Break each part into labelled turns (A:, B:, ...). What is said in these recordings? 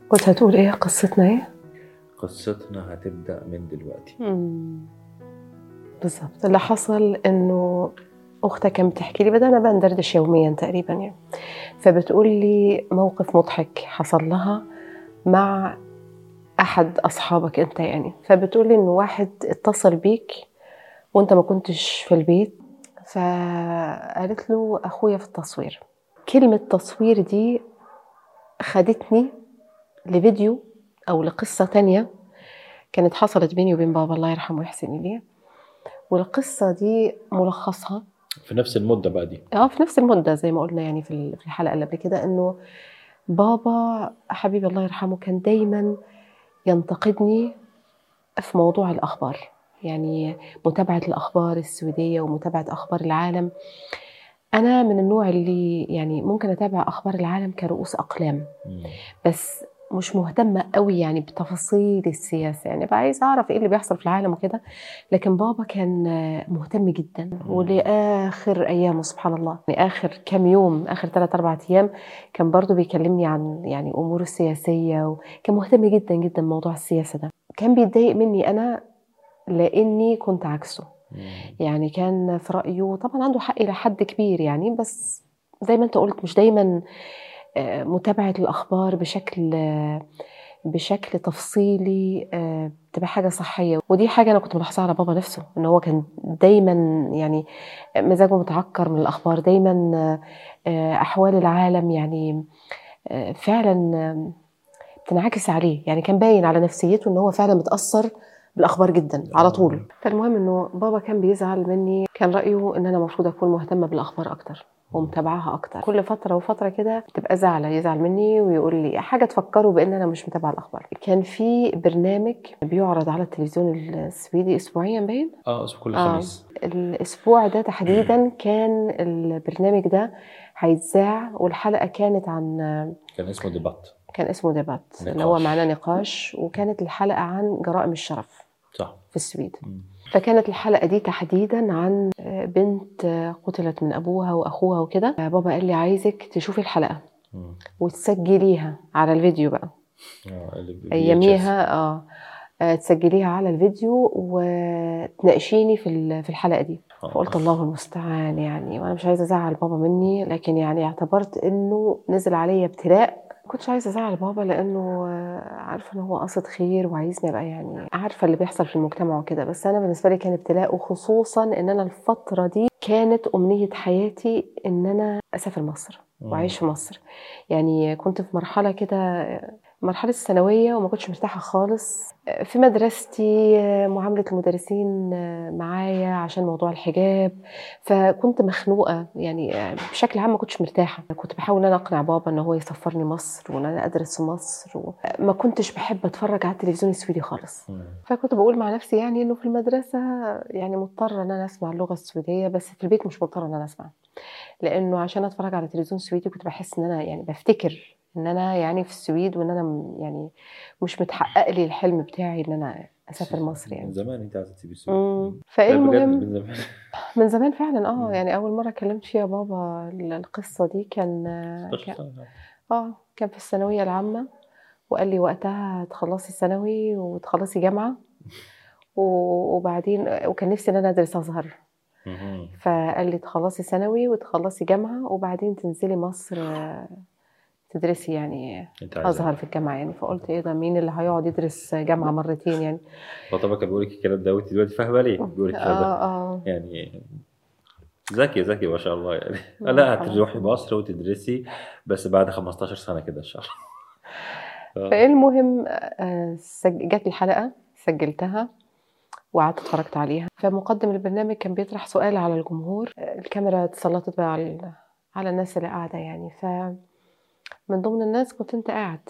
A: كنت هتقول ايه قصتنا ايه؟
B: قصتنا هتبدأ من دلوقتي.
A: بالظبط اللي حصل انه اختها كانت بتحكي لي، بدأنا بقى ندردش يوميا تقريبا يعني، فبتقول لي موقف مضحك حصل لها مع احد اصحابك انت يعني. فبتقول لي انه واحد اتصل بيك وانت ما كنتش في البيت، فقالت له اخويا في التصوير. كلمة تصوير دي خدتني لفيديو او لقصة تانية كانت حصلت بيني وبين بابا الله يرحمه ويحسن إليه، والقصة دي ملخصها
B: في نفس المدة بقى دي.
A: في نفس المدة زي ما قلنا يعني في الحلقة اللي قبل كده، انه بابا حبيبي الله يرحمه كان دايما ينتقدني في موضوع الأخبار، يعني متابعة الأخبار السويدية ومتابعة أخبار العالم. أنا من النوع اللي يعني ممكن أتابع أخبار العالم كرؤوس أقلام، بس مش مهتمة قوي يعني بتفاصيل السياسة، يعني بقى عايزة أعرف إيه اللي بيحصل في العالم وكده. لكن بابا كان مهتم جدا، ولآخر أيامه سبحان الله، يعني آخر كام يوم، آخر 3-4 أيام كان برضو بيكلمني عن يعني أمور السياسية، وكان مهتم جدا جدا بموضوع السياسة ده. كان بيتضايق مني أنا لأني كنت عكسه، يعني كان في رأيه طبعا عنده حق إلى حد كبير يعني، بس زي ما أنت قلت مش دايما متابعة الأخبار بشكل تفصيلي تبقى حاجة صحية. ودي حاجة أنا كنت ملاحظاها على بابا نفسه، إن هو كان دايما يعني مزاجه متعكر من الأخبار، دايما أحوال العالم يعني فعلا بتنعكس عليه، يعني كان باين على نفسيته إن هو فعلا متأثر بالأخبار جدا على طول. فالمهم إنه بابا كان بيزعل مني، كان رأيه إن أنا المفروض أكون مهتمة بالأخبار أكتر ومتابعاها اكتر. كل فتره وفتره كده تبقى يزعل مني ويقول لي حاجه تفكره بان انا مش متابعه الاخبار. كان في برنامج بيعرض على التلفزيون السويدي اسبوعيا باين
B: كل خميس.
A: الاسبوع ده تحديدا كان البرنامج ده هيتذاع، والحلقه كانت عن
B: كان اسمه ديبات.
A: اللي هو معناه نقاش، وكانت الحلقه عن جرائم الشرف
B: صح
A: في السويد. فكانت الحلقة دي تحديدا عن بنت قتلت من أبوها وأخوها وكده. بابا قال لي عايزك تشوفي الحلقة وتسجليها على الفيديو بقى أياميها تسجليها على الفيديو وتناقشيني في الحلقة دي. فقلت الله المستعان يعني، وأنا مش عايزة أزعل بابا مني، لكن يعني اعتبرت إنه نزل عليا ابتلاء. كنتش عايزة أزعل بابا لأنه عارفة إن هو قصد خير وعايزني أبقى يعني عارفة اللي بيحصل في المجتمع وكده، بس أنا بالنسبة لي كان ابتلاء، وخصوصا إن أنا الفترة دي كانت أمنية حياتي إن أنا أسافر مصر وأعيش في مصر. يعني كنت في مرحلة كده، مرحلة الثانوية، وما كنتش مرتاحة خالص في مدرستي، معاملة المدرسين معايا عشان موضوع الحجاب، فكنت مخنوقة يعني بشكل عام، ما كنتش مرتاحة. كنت بحاول ان انا اقنع بابا ان هو يسفرني مصر وان انا ادرس في مصر، ما كنتش بحب اتفرج على التلفزيون السويدي خالص. فكنت بقول مع نفسي يعني انه في المدرسة يعني مضطرة ان انا اسمع اللغة السويدية، بس في البيت مش مضطرة ان انا اسمع، لانه عشان اتفرج على التلفزيون السويدي كنت بحس ان انا يعني بفتكر ان انا يعني في السويد، وان انا يعني مش متحقق لي الحلم بتاعي ان انا اسافر مصر يعني.
B: من زمان انت عايزه تسيبي السويد؟
A: فالمهم
B: من زمان
A: من زمان فعلا يعني اول مره كلمت فيها بابا القصه دي كان كان في الثانويه العامه، وقال لي وقتها تخلصي ثانوي وتخلصي جامعه وبعدين، وكان نفسي ان انا ادرس ازهر، فقال لي تخلصي ثانوي وتخلصي جامعه وبعدين تنزلي مصر تدرسي يعني ازهر في الجامعه يعني. فقلت ايه ده، مين اللي هيقعد يدرس جامعه مرتين يعني؟
B: فطبعا كان بيقول لك الكلام ده وانت دلوقتي فاهمه ليه بيقول لك الكلام ده. يعني ذكي ما شاء الله يعني. لا هتروحي مصر وتدرسي بس بعد 15 سنه كده ان شاء الله.
A: فالمهم جت الحلقه سجلتها وقعدت اتفرجت عليها. فمقدم البرنامج كان بيطرح سؤال على الجمهور، الكاميرا اتسلطت بقى على الناس اللي قاعده يعني، فمن ضمن الناس كنت انت قاعد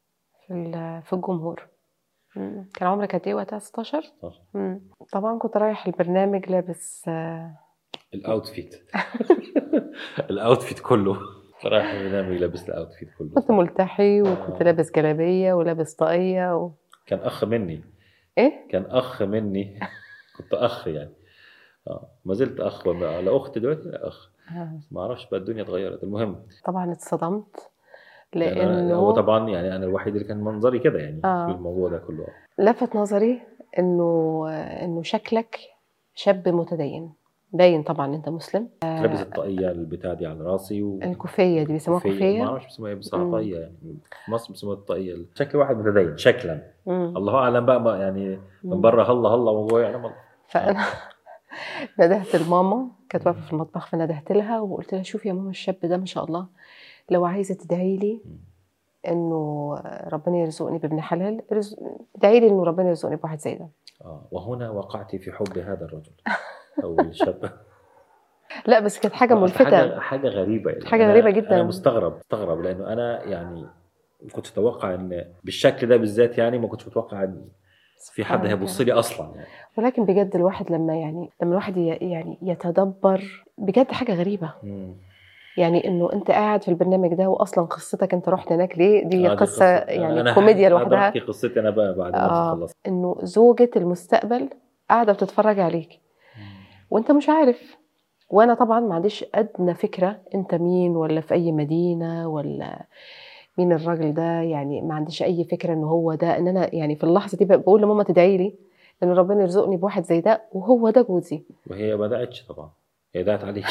A: في الجمهور. كان عمرك قد ايه وقتها؟ 16. طبعا كنت رايح البرنامج لابس
B: الاوتفيت الاوتفيت كله، رايح البرنامج لابس الاوتفيت كله،
A: كنت ملتحي وكنت لابس جلابيه ولابس طاقيه
B: كان اخ مني.
A: ايه؟
B: كان اخ مني. كنت اخ يعني ما زلت اخ، على اخت دلوقتي اخ. ما اعرفش بقى الدنيا اتغيرت. المهم
A: طبعا اتصدمت لانه
B: هو طبعا يعني انا الوحيد اللي كان منظري كده يعني في الموضوع ده كله.
A: لفت نظري انه شكلك شاب متدين، باين طبعا انت مسلم.
B: لابس الطاقيه البتاع دي على راسي
A: الكوفيه دي بيسموها كوفيه،
B: ما اعرفش بيسموها ايه بصراحه، طاقيه يعني في مصر بيسموها الطاقيه. شكل واحد متدين شكلا، الله اعلم بقى يعني من بره هلا وهو يعلم الله.
A: فانا ندهت الماما، كانت واقفه في المطبخ، فندهت لها وقلت لها شوفي يا ماما الشاب ده ما شاء الله، لو عايزه تدعي لي انه ربنا يرزقني بابن حلال، ادعي لي انه ربنا يرزقني بواحد زي ده.
B: وهنا وقعتي في حب هذا الرجل او الشاب.
A: لا بس كانت حاجه ملفته،
B: حاجه غريبه يعني.
A: حاجه غريبه جدا.
B: انا مستغرب لانه انا يعني كنت اتوقع ان بالشكل ده بالذات يعني ما كنتش متوقع ان في حد هيبص لي اصلا يعني.
A: ولكن بجد الواحد لما الواحد يعني يتدبر بجد حاجه غريبه. يعني انه انت قاعد في البرنامج ده واصلا قصتك انت رحت هناك ليه، دي قصه يعني كوميديا لوحدها.
B: احكي قصتي انا بقى بعد ما خلصت.
A: انه زوجة المستقبل قاعده بتتفرج عليك وانت مش عارف، وانا طبعا ما عنديش ادنى فكره انت مين ولا في اي مدينه ولا مين الراجل ده، يعني ما عنديش اي فكره انه هو ده. ان انا يعني في اللحظه دي بقول لماما تدعي لي ان ربنا يرزقني بواحد زي ده وهو ده جوزي.
B: وهي ما دعتش طبعا، هي دعت عليك.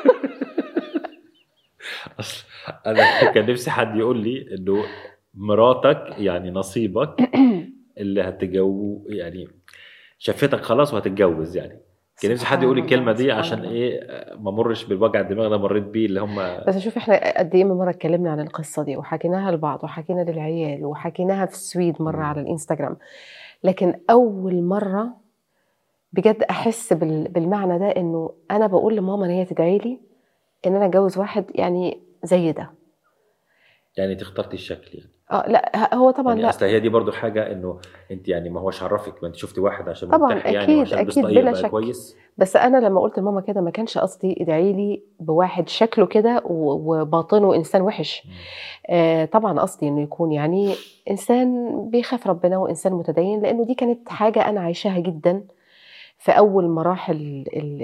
B: اصل انا كان نفسي حد يقول لي انه مراتك يعني نصيبك اللي هتتجوز، يعني شفتك خلاص وهتتجوز. يعني كان نفسي حد يقول الكلمه دي عشان ايه ما مرش بالوجع الدماغ ده مريت بيه اللي هم.
A: بس شوف احنا قد ايه مره اتكلمنا عن القصه دي وحكيناها لبعض وحكينا للعيال وحكيناها في السويد مره على الانستغرام، لكن اول مره بجد احس بالمعنى ده انه انا بقول لماما ان هي تدعي لي ان انا اتجوز واحد يعني زي ده.
B: يعني تختارتي الشكل يعني؟
A: لا هو طبعا
B: يعني اصل هي دي برضو حاجه انه انت يعني ما هوش عرفك، ما انت شفتي واحد عشان
A: مرتاح
B: يعني وعشان
A: اكيد بلا شك
B: كويس.
A: بس انا لما قلت لماما كده ما كانش قصدي ادعي لي بواحد شكله كده وباطنه انسان وحش. طبعا قصدي انه يكون يعني انسان بيخاف ربنا وانسان متدين، لانه دي كانت حاجه انا عايشاها جدا في اول مراحل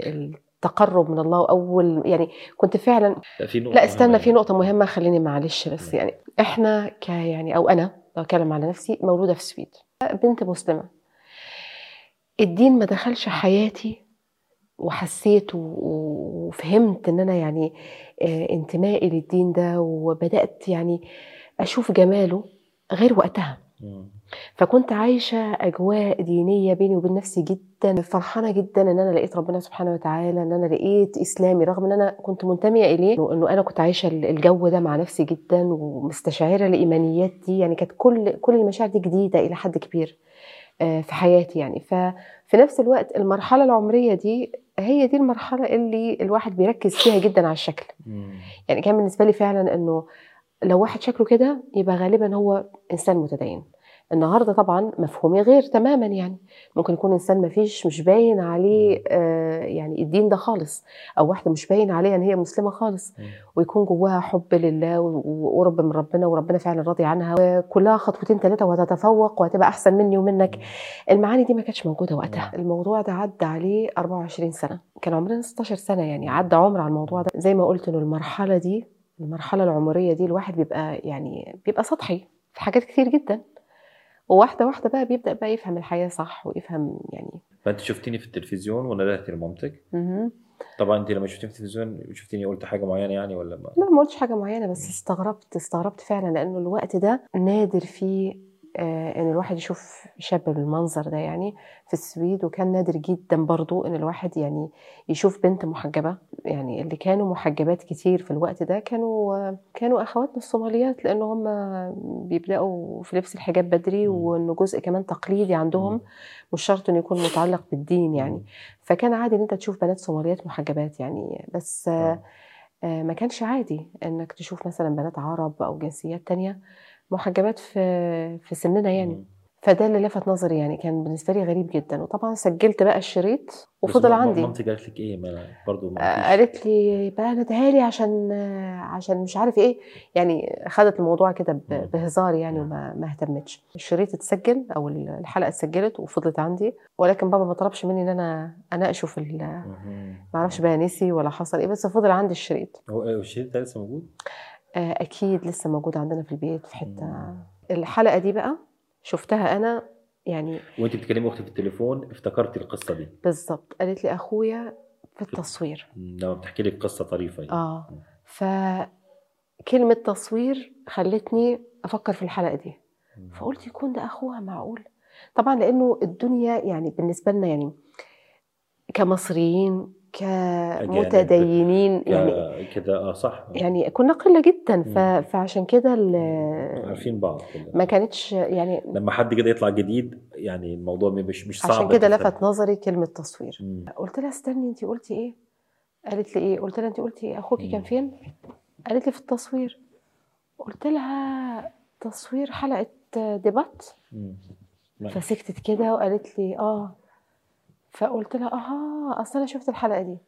A: التقرب من الله. اول يعني كنت فعلا لا استنى في نقطه مهمه خليني معلش بس يعني احنا يعني او انا بتكلم على نفسي مولوده في السويد، بنت مسلمه، الدين ما دخلش حياتي وحسيت وفهمت ان انا يعني انتمائي للدين ده وبدات يعني اشوف جماله غير وقتها. فكنت عايشة أجواء دينية بيني وبين نفسي جدا، فرحانة جدا إن أنا لقيت ربنا سبحانه وتعالى، إن أنا لقيت إسلامي رغم إن أنا كنت منتمية إليه، إنه أنا كنت عايشة الجو ده مع نفسي جدا ومستشعرة الإيمانيات دي. يعني كانت كل المشاعر دي جديدة إلى حد كبير في حياتي يعني. ففي نفس الوقت المرحلة العمرية دي هي دي المرحلة اللي الواحد بيركز فيها جدا على الشكل. يعني كان بالنسبة لي فعلا إنه لو واحد شكله كده يبقى غالبا هو إنسان متدين. النهارده طبعا مفهومي غير تماما، يعني ممكن يكون انسان مش باين عليه يعني الدين ده خالص، او واحده مش باين عليها ان هي مسلمه خالص ويكون جواها حب لله وقرب من ربنا وربنا فعلا راضي عنها وكلها خطوتين ثلاثه وهتتفوق وهتبقى احسن مني ومنك. المعاني دي ما كانتش موجوده وقتها. الموضوع ده عدى عليه 24 سنه، كان عمرنا 16 سنه، يعني عدى عمر على الموضوع ده. زي ما قلت انه المرحله دي، المرحله العمريه دي، الواحد بيبقى سطحي في حاجات كتير جدا، وواحدة واحدة بقى بيبدأ بقى يفهم الحياة صح ويفهم يعني.
B: فأنت شفتيني في التلفزيون وندهتي لمامتك. طبعا أنت لما شفتيني في التلفزيون شفتيني قلت حاجة معينة يعني ولا ما؟
A: لا ما قلتش حاجة معينة، بس استغربت فعلا، لأنه الوقت ده نادر فيه ان الواحد يشوف شاب بالمنظر ده يعني في السويد، وكان نادر جدا برضو ان الواحد يعني يشوف بنت محجبة. يعني اللي كانوا محجبات كتير في الوقت ده كانوا اخواتنا الصوماليات، لان هم بيبداوا في لبس الحجاب بدري، وانه جزء كمان تقليدي عندهم مش شرط انه يكون متعلق بالدين يعني. فكان عادي ان انت تشوف بنات صوماليات محجبات يعني، بس ما كانش عادي انك تشوف مثلا بنات عرب او جنسيات تانية محجبات في سننا يعني. فده اللي لفت نظري يعني، كان بالنسبه لي غريب جدا. وطبعا سجلت بقى الشريط وفضل عندي.
B: مامتي قالت لك ايه؟ ما برضو ما
A: قالت لي بقى ندهها لي عشان مش عارف ايه يعني، خدت الموضوع كده بهزار يعني وما اهتمتش. الشريط اتسجل او الحلقه اتسجلت وفضلت عندي، ولكن بابا ما طلبش مني ان انا اناقشه في ما اعرفش بقى نسي ولا حصل ايه، بس فضل عندي الشريط.
B: هو الشريط ده لسه موجود؟
A: اكيد لسه موجود عندنا في البيت في حته. الحلقه دي بقى شفتها انا يعني
B: وانت بتكلمي اختي في التليفون افتكرتي القصه دي
A: بالظبط. قالت لي اخويا في التصوير
B: لما بتحكي لك قصه طريفه يعني.
A: فكلمه تصوير خلتني افكر في الحلقه دي. فقلت يكون ده اخوها، معقول؟ طبعا لانه الدنيا يعني بالنسبه لنا يعني كمصريين كمتدينين يعني
B: كده صح
A: يعني كنا قله جدا. فعشان كده
B: عارفين بعض
A: ما كانتش يعني
B: لما حد كده يطلع جديد يعني الموضوع مش صعب.
A: عشان كده لفت نظري كلمه تصوير. قلت لها استني، انت قلتي ايه؟ قالت لي ايه؟ قلت لها انت قلتي اخوكي كان فين؟ قالت لي في التصوير. قلت لها تصوير حلقه ديبات؟ فسكتت كده وقالت لي فقلت لها اصل انا شفت الحلقه دي.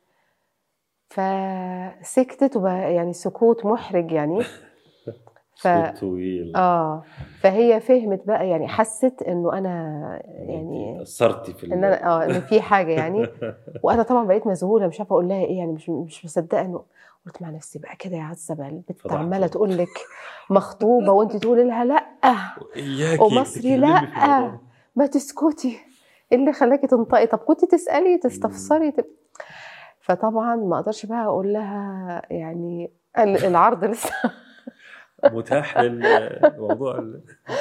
A: فسكتت وبقى يعني سكوت محرج يعني.
B: سكوت طويل.
A: فهي فهمت بقى يعني، حست انه انا يعني
B: اثرتي في
A: ان انا ان في حاجه يعني. وانا طبعا بقيت مذهوله مش عارفه اقول لها ايه يعني، مش مصدقه انه قلت مع نفسي بقى كده يا عزه بقى البت عماله تقول لك مخطوبه وانت تقولي لها لا ومصري لا ما تسكتي، ايه اللي خلاكي تنطقي؟ طب كنت تسالي تستفسري فطبعا ما اقدرش بقى اقول لها يعني العرض لسه
B: متاح للموضوع.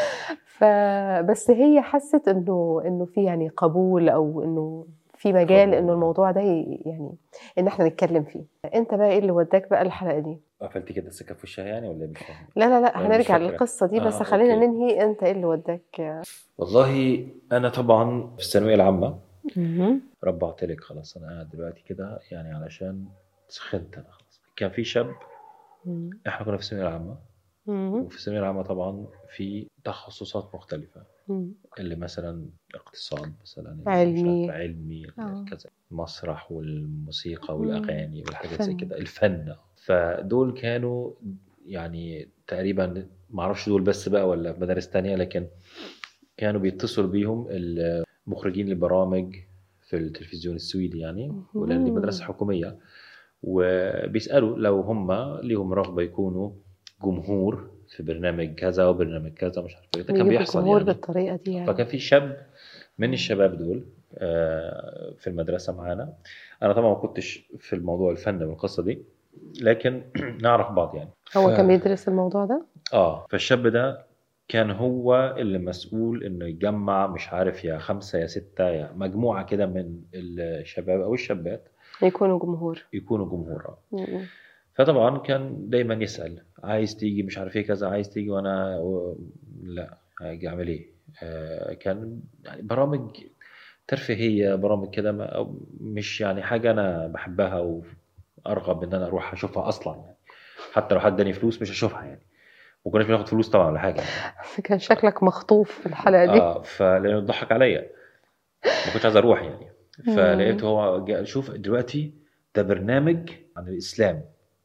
A: فبس هي حست انه في يعني قبول او انه في مجال انه الموضوع ده يعني ان احنا نتكلم فيه. انت بقى ايه اللي وداك بقى الحلقه دي؟
B: قفلتي كده السكه في وشها يعني ولا مش فاهم؟
A: لا هنرجع للقصه دي بس خلينا ننهي. انت ايه اللي وداك؟
B: والله انا طبعا في الثانويه العامه ربعت لك خلاص، انا قاعد دلوقتي كده يعني علشان سخنت انا خلاص. كان في شاب احنا كنا في الثانويه العامه وفي الثانويه العامه طبعا في تخصصات مختلفه اللي مثلا اقتصاد مثلا علمي كذا، مسرح والموسيقى والاغاني والحاجات زي كده، الفن. فدول كانوا يعني تقريبا ما اعرفش دول بس بقى ولا في مدارس تانية، لكن كانوا بيتصلوا بيهم المخرجين البرامج في التلفزيون السويدي يعني، ولان دي مدرسه حكوميه، وبيسالوا لو هم ليهم رغبه يكونوا جمهور في برنامج كذا وبرنامج كذا مش عارف ايه. ده كان بيحصل
A: جمهور يعني بالطريقه دي يعني.
B: فكان في شاب من الشباب دول في المدرسه معانا. انا طبعا ما كنتش في الموضوع الفن والقصه دي، لكن نعرف بعض يعني.
A: هو كان بيدرس الموضوع ده.
B: فالشاب ده كان هو اللي مسؤول انه يجمع مش عارف يا 5 يا 6 يا مجموعه كده من الشباب او الشابات
A: يكونوا جمهور.
B: فطبعا كان دايما يسأل عايز تيجي مش عارف ايه كذا، عايز تيجي، وانا لا هاجي اعمل ايه. كان يعني برامج ترفيهيه، برامج كده مش يعني حاجه انا بحبها وارغب ان انا اروح اشوفها اصلا يعني. حتى لو حد اداني فلوس مش هشوفها يعني، وكناش بناخد فلوس طبعا ولا حاجه يعني.
A: كان شكلك مخطوف في الحلقه دي.
B: فلانه ضحك عليا ما كنتش عايز اروح يعني. فلقيت هو شوف دلوقتي ده برنامج عن الاسلام.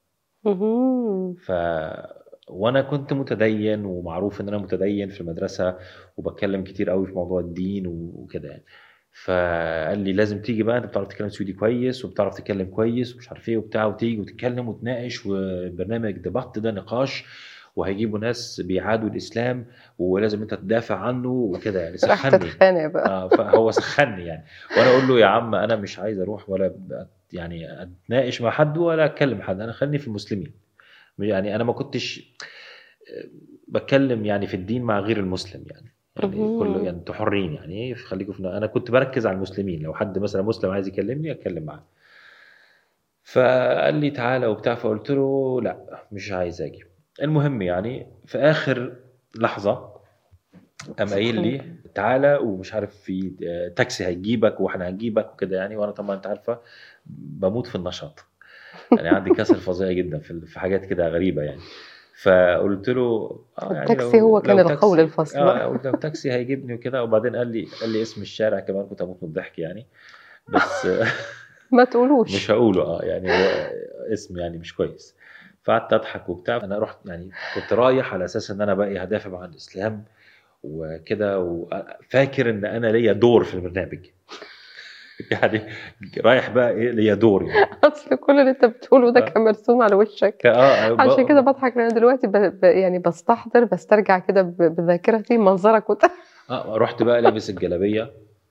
B: وانا كنت متدين ومعروف ان انا متدين في المدرسه وبتكلم كتير قوي في موضوع الدين وكده يعني. فقال لي لازم تيجي بقى، انت بتعرف تتكلم سويدي كويس وبتعرف تتكلم كويس ومش عارف ايه وبتاع، وتيجي وتتكلم وتناقش، وبرنامج ديبات ده نقاش وهيجيبوا ناس بيعادوا الاسلام ولازم انت تدافع عنه وكده يعني.
A: سخني بقى.
B: فهو سخني يعني. وانا اقول له يا عم انا مش عايز اروح ولا يعني اتناقش مع حد ولا اتكلم حد، انا خلني في المسلمين يعني. انا ما كنتش بتكلم يعني في الدين مع غير المسلم يعني كله يعني انتوا حرين يعني خليكم انا كنت بركز على المسلمين. لو حد مثلا مسلم عايز يكلمني اتكلم معاه. فقال لي تعالى وبتاع، فقلت له لا مش عايز اجي. المهم يعني في اخر لحظه قام قايل لي تعالى ومش عارف في تاكسي هيجيبك واحنا هنجيبك وكده يعني. وانا طبعا انت عارفه بموت في النشاط يعني، عندي كسل فظيع جدا في حاجات كده غريبه يعني. فقلت له يعني
A: التاكسي هو كان القول الفصل.
B: قلت له تاكسي هيجيبني وكده. وبعدين قال لي اسم الشارع كمان، كنت هموت من الضحك يعني بس
A: ما تقولوش
B: مش هقوله يعني هو اسم يعني مش كويس. فقعدت اضحك وبتاع. انا رحت يعني كنت رايح على اساس ان انا بقى هدافع عن الاسلام وكده، وفاكر ان انا ليا دور في البرنامج يعني رايح بقى ايه ليا دور يعني.
A: اصل كل اللي انت بتقوله ده كان مرسوم على وشك. عشان كده بضحك، لان دلوقتي يعني بسترجع كده بذاكرتي منظرك
B: رحت بقى لابس الجلابيه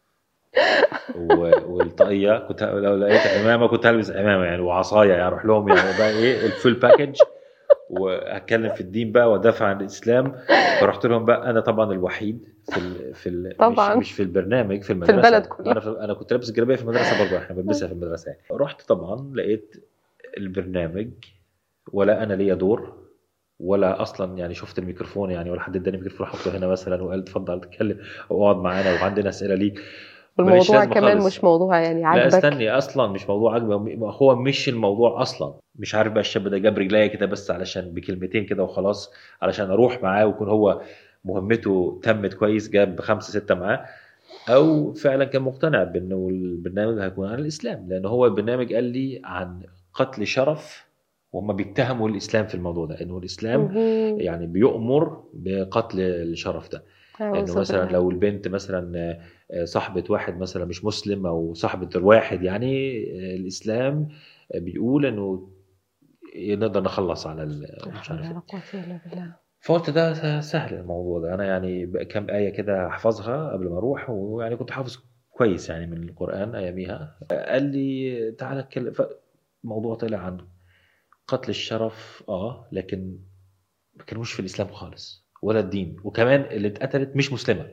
B: والطاقيه، كنت لو لقيت عمامه كنت هلبس عمامه يعني وعصايه، يعني اروح لهم يعني بقى ايه الفول باكج، واتكلم في الدين بقى وادافع عن الاسلام. فرحت لهم بقى انا طبعا الوحيد
A: طبعا
B: مش في البرنامج، في المدرسه،
A: في البلد كلها.
B: انا كنت لابس الجلابيه في المدرسه برضه، احنا بنلبسها في المدرسه يعني. رحت طبعا لقيت البرنامج ولا انا ليا دور ولا اصلا يعني شفت الميكروفون يعني، ولا حد اداني ميكروفون حطه هنا مثلا وقال اتفضل اتكلم واقعد معانا وعندنا اسئله ليك.
A: الموضوع كمان مش موضوع يعني عاجبك.
B: لا استني، اصلا مش موضوع عاجبك، هو مش الموضوع اصلا. مش عارف بقى الشاب ده جاب رجليا كده بس علشان بكلمتين كده وخلاص، علشان اروح معاه ويكون هو مهمته تمت كويس، جاب 5 6 معاه، او فعلا كان مقتنع بانه البرنامج هيكون عن الاسلام، لان هو البرنامج قال لي عن قتل شرف، وهم بيتهموا الاسلام في الموضوع ده، انه الاسلام يعني بيؤمر بقتل الشرف ده. انه مثلا لو البنت مثلا صاحبة واحد مثلا مش مسلم او صاحبة الواحد يعني، الاسلام بيقول انه نقدر نخلص على مش عارف. فقلت ده سهل الموضوع ده، انا يعني كم آية كده احفظها قبل ما اروح، ويعني كنت حافظ كويس يعني من القرآن اياميها. قال لي تعالى اتكلم. الموضوع طلع عن قتل الشرف لكن ما كانوش في الاسلام خالص ولا الدين، وكمان اللي اتقتلت مش مسلمه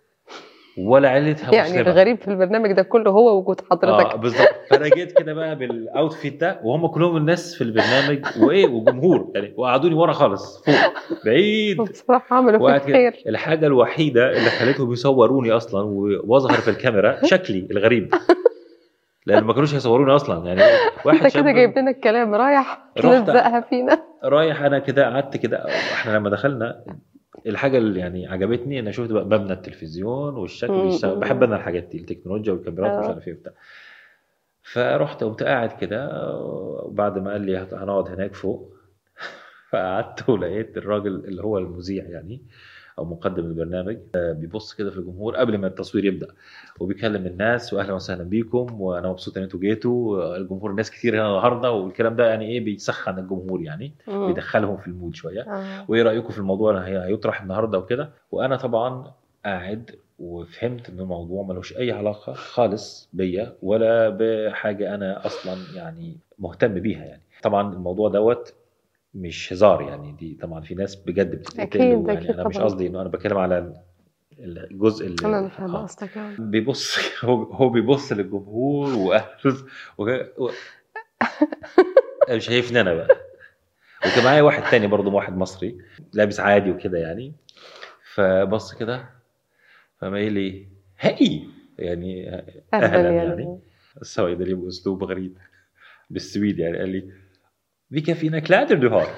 B: ولا عيلتها
A: يعني
B: مسلمه.
A: الغريب في البرنامج ده كله هو وجود حضرتك.
B: بالظبط. فانا جيت كده بقى بالاوتفيت ده، وهم كلهم الناس في البرنامج وايه وجمهور يعني، وقعدوني ورا خالص فوق بعيد.
A: بصراحه عملوا فيك خير.
B: الحاجه الوحيده اللي خلتهم يصوروني اصلا واظهر في الكاميرا شكلي الغريب، لان ما كانوش هيصوروني اصلا يعني. واحد
A: انت كده جايب لنا الكلام رايح تلزقها فينا.
B: رايح انا كده قعدت كده. احنا لما دخلنا الحاجه اللي يعني عجبتني ان شفت بقى مبنى التلفزيون والشكل بيشتغل، بحب انا الحاجات دي التكنولوجيا والكاميرات ومش عارف ايه وبتاع. فرحت قمت قاعد كده، وبعد ما قال لي هنقعد هناك فوق فقعدت ولقيت الراجل اللي هو المذيع يعني او مقدم البرنامج بيبص كده في الجمهور قبل ما التصوير يبدا، وبيكلم الناس واهلا وسهلا بيكم وانا مبسوط ان انتوا جيتوا، الجمهور ناس كتير هنا النهارده، والكلام ده يعني ايه بيسخن الجمهور يعني، بيدخلهم في المود شويه. وايه رايكم في الموضوع اللي هيطرح النهارده وكده. وانا طبعا قاعد وفهمت ان الموضوع ملوش اي علاقه خالص بيا ولا بحاجه انا اصلا يعني مهتم بيها يعني. طبعا الموضوع دوت مش هزار يعني، دي طبعا في ناس بجد بتتقتل يعني. انا مش قصدي انه انا بتكلم على الجزء اللي
A: انا فاهمه قصدك.
B: بيبص هو بيبص للجمهور مش شايفني انا بقى. وكان معايا واحد تاني برضه، واحد مصري لابس عادي وكده يعني، فبص كده فما لي هاي يعني اهلا يعني الصيدلي باسلوب غريب بالسويد يعني، قال لي vilka fina kläder du har.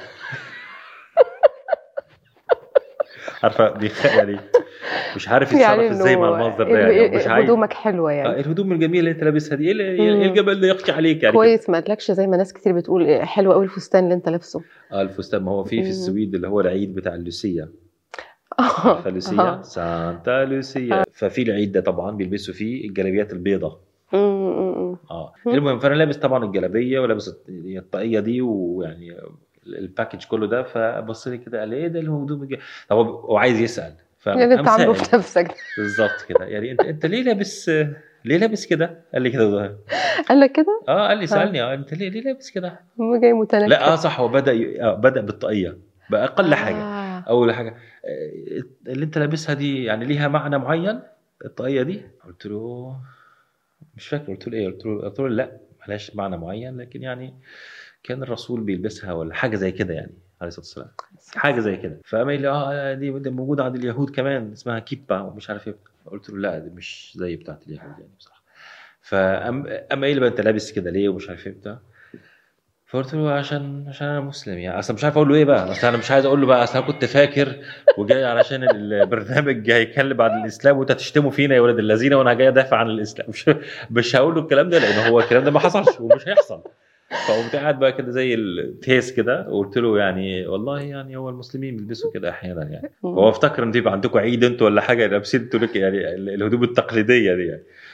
B: عارفه يعني مش عارف يتصرف يعني ازاي مع المنظر ده يعني، مش عايز.
A: هدومك حلوه يعني
B: الهدوم الجميله اللي انت لابسها دي ايه الجبل اللي يقطع عليك يعني
A: كويس. ما قالكش زي ما ناس كتير بتقول حلو قوي الفستان اللي انت لابسه؟
B: الفستان ما هو في السويد اللي هو العيد بتاع اللوسيا، عارفه لوسيا سانتا لوسيا. ففي العيد ده طبعا بيلبسوا فيه الجلابيات البيضاء. المهم فانا لابس طبعا الجلابيه ولابس الطاقيه دي ويعني الباكج كله ده. فبص لي كده قال ايه ده الهدوم طب هو عايز يسال
A: يعني انت عامله في نفسك
B: بالظبط كده يعني انت ليه لابس كده؟ قال لي كده.
A: قال لك كده؟
B: قال لي سالني انت ليه لابس كده؟
A: هو جاي متنكر.
B: لا صح. هو بدا بالطاقيه باقل حاجه. اول حاجه اللي انت لابسها دي يعني ليها معنى معين الطاقيه دي؟ قلت له مش فاكر قلت له ايه. قلت له لا مالهاش معنى معين، لكن يعني كان الرسول بيلبسها ولا حاجه زي كده يعني عليه الصلاه والسلام، حاجه زي كده. فقام لي دي موجوده عند اليهود كمان اسمها كيبا ومش عارف ايه. قلت له لا دي مش زي بتاعه اليهود يعني بصراحه. فقام قايل لي بقى انت لابس كده ليه ومش عارف ايه بتاع. فقلت له عشان انا مسلم يعني. اصلا مش عارف اقول له ايه بقى، اصلا انا مش عايز اقول له بقى اصلا كنت فاكر وجاي علشان البرنامج جاي يتكلم عن الاسلام وانت تشتموا فينا يا ولاد الذين وانا جاي ادافع عن الاسلام. مش هقول له الكلام ده لان هو الكلام ده ما حصلش ومش هيحصل. فقمت قاعد بقى كده زي التيس كده وقلت له يعني والله يعني هو المسلمين بيلبسوا كده احيانا يعني. هو افتكر ان يبقى عندكم عيد انتوا ولا حاجه لابسين انتوا يعني الهدوم التقليديه دي يعني.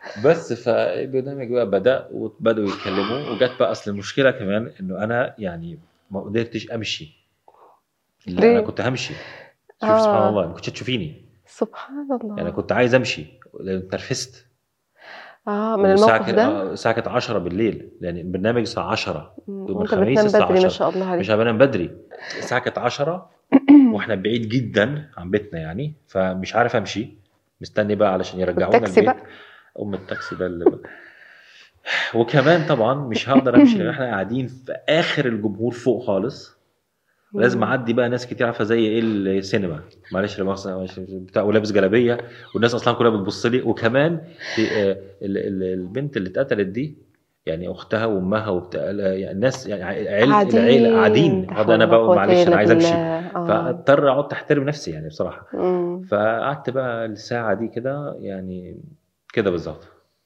B: بس فالبرنامج بقى بدأ وبدأوا يتكلموا، وجت بقى اصل المشكله كمان انه انا يعني ما قدرتش امشي. لا انا
A: ليه؟
B: كنت همشي. شوف سبحان الله، ما كنتش تشوفيني.
A: سبحان
B: يعني
A: الله.
B: كنت عايز امشي لان ترفست.
A: من الموقف ده.
B: الساعه كانت 10 بالليل، لان البرنامج الساعه 10 يوم
A: وانت
B: الخميس
A: بتنام
B: الساعه
A: بدري ما
B: 10.
A: شاء الله
B: مش
A: عليك.
B: هبنام بدري. الساعه كانت 10 واحنا بعيد جدا عن بيتنا يعني، فمش عارف امشي. مستني بقى علشان يرجعونا
A: والتاكسي
B: البيت.
A: بقى.
B: التاكسي ده اللي وكمان طبعا مش هقدر امشي لان احنا قاعدين في اخر الجمهور فوق خالص. لازم اعدي بقى ناس كتير عارفه زي ايه السينما. معلش لا مؤاخذه، بتاع ولابس جلابيه والناس اصلا كلها بتبص لي. وكمان البنت اللي اتقتلت دي يعني اختها وامها وبتاع يعني الناس يعني العيله
A: قاعدين،
B: قاعدين.
A: لا
B: هذا
A: حول
B: انا
A: ولا
B: بقى
A: قوة
B: معلش انا
A: إلا
B: عايز امشي.
A: بالله.
B: فاضطر اقعد احترم نفسي يعني بصراحه.
A: امم
B: فقعدت بقى الساعه دي كده يعني كده بالظبط.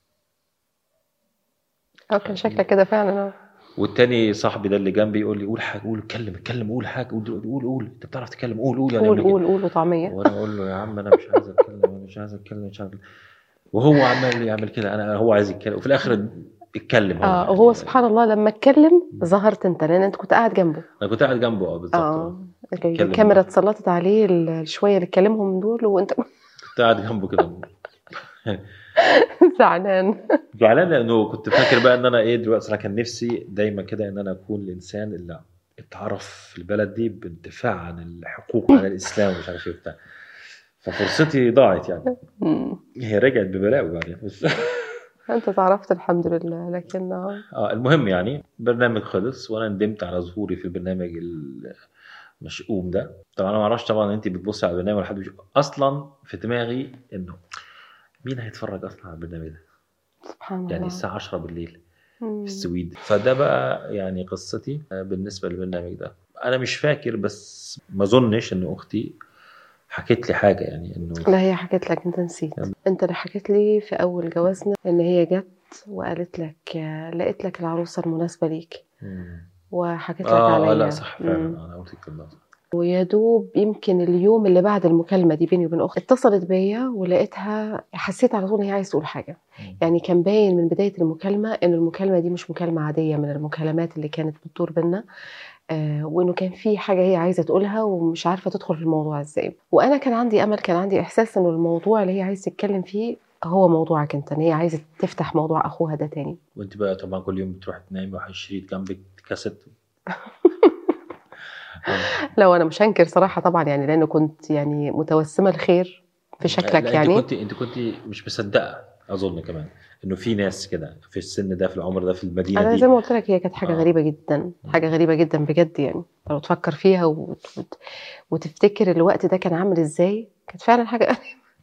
A: كان شكلك كده فعلا.
B: والتاني صاحبي ده اللي جنبي يقول لي قول حاجه، قول اتكلم قول حاجه، قول انت بتعرف تتكلم، قول يعني
A: قول
B: قبل كده.
A: قول قول وطعمية.
B: وانا اقول له يا عم انا مش عايز اتكلم، انا مش عايز اتكلم مش عايز. وهو عمال يعمل كده، هو عايز يتكلم وفي الاخر اتكلم هو
A: وهو
B: يعني.
A: سبحان الله لما اتكلم ظهرت انت، لان انت كنت قاعد جنبه.
B: انا كنت قاعد جنبه بالظبط. اتكلم
A: الكاميرا
B: بقى.
A: اتسلطت عليه الشوية اللي اتكلمهم دول وانت
B: كنت قاعد جنبه كده.
A: زعلان.
B: زعلان لانه كنت فاكر بقى ان انا ايه دلوقتي. انا كان نفسي دايما كده ان انا اكون الانسان اللي اتعرف في البلد دي بالدفاع عن الحقوق عن الاسلام ومش عارف ايه وبتاع. ففرصتي ضاعت يعني. هي رجعت ببلاوي بعدين بس.
A: انت تعرفت الحمد لله، لكن
B: المهم يعني البرنامج خلص وانا ندمت على ظهوري في البرنامج المشؤوم ده. طبعا انا ما اعرفش طبعا انت بتبصي على البرنامج ولا حد اصلا في دماغي انه مين هيتفرج اصلا على البرنامج ده.
A: سبحان
B: يعني
A: الله.
B: الساعه 10 بالليل في السويد. فده بقى يعني قصتي بالنسبه للبرنامج ده. انا مش فاكر بس ما اظنش ان اختي حكيت لي حاجه يعني انه.
A: لا هي حكيت لك، انت نسيت. انت اللي حكيت لي في اول جوازنا ان هي جت وقالت لك لقيت لك العروسه المناسبه ليك. وحكيت لك عليا.
B: لا صح فعلا. انا قلت الكلام ده.
A: ويا دوب يمكن اليوم اللي بعد المكالمه دي بيني وبين اختي اتصلت بيا ولقيتها، حسيت على طول ان هي عايزه تقول حاجه. يعني كان باين من بدايه المكالمه ان المكالمه دي مش مكالمه عاديه من المكالمات اللي كانت بتدور بينا. وانه كان في حاجه هي عايزه تقولها ومش عارفه تدخل في الموضوع ازاي. وانا كان عندي امل، كان عندي احساس انه الموضوع اللي هي عايزه تتكلم فيه هو موضوعك انت، ان هي عايزه تفتح موضوع اخوها ده تاني.
B: وانت بقى طبعا كل يوم بتروح تنامي وحي شريط جنبك كاسيت.
A: لو انا مش هنكر صراحه طبعا، يعني لانه كنت يعني متوسمه الخير في شكلك.
B: لا
A: يعني
B: انت كنت مش مصدقه اظن كمان انه في ناس كده في السن ده في العمر ده في المدينه
A: انا
B: دي.
A: زي ما قلت لك هي كانت حاجه غريبه جدا، حاجه غريبه جدا بجد. يعني لو تفكر فيها وتفتكر الوقت ده كان عامل ازاي، كانت فعلا حاجه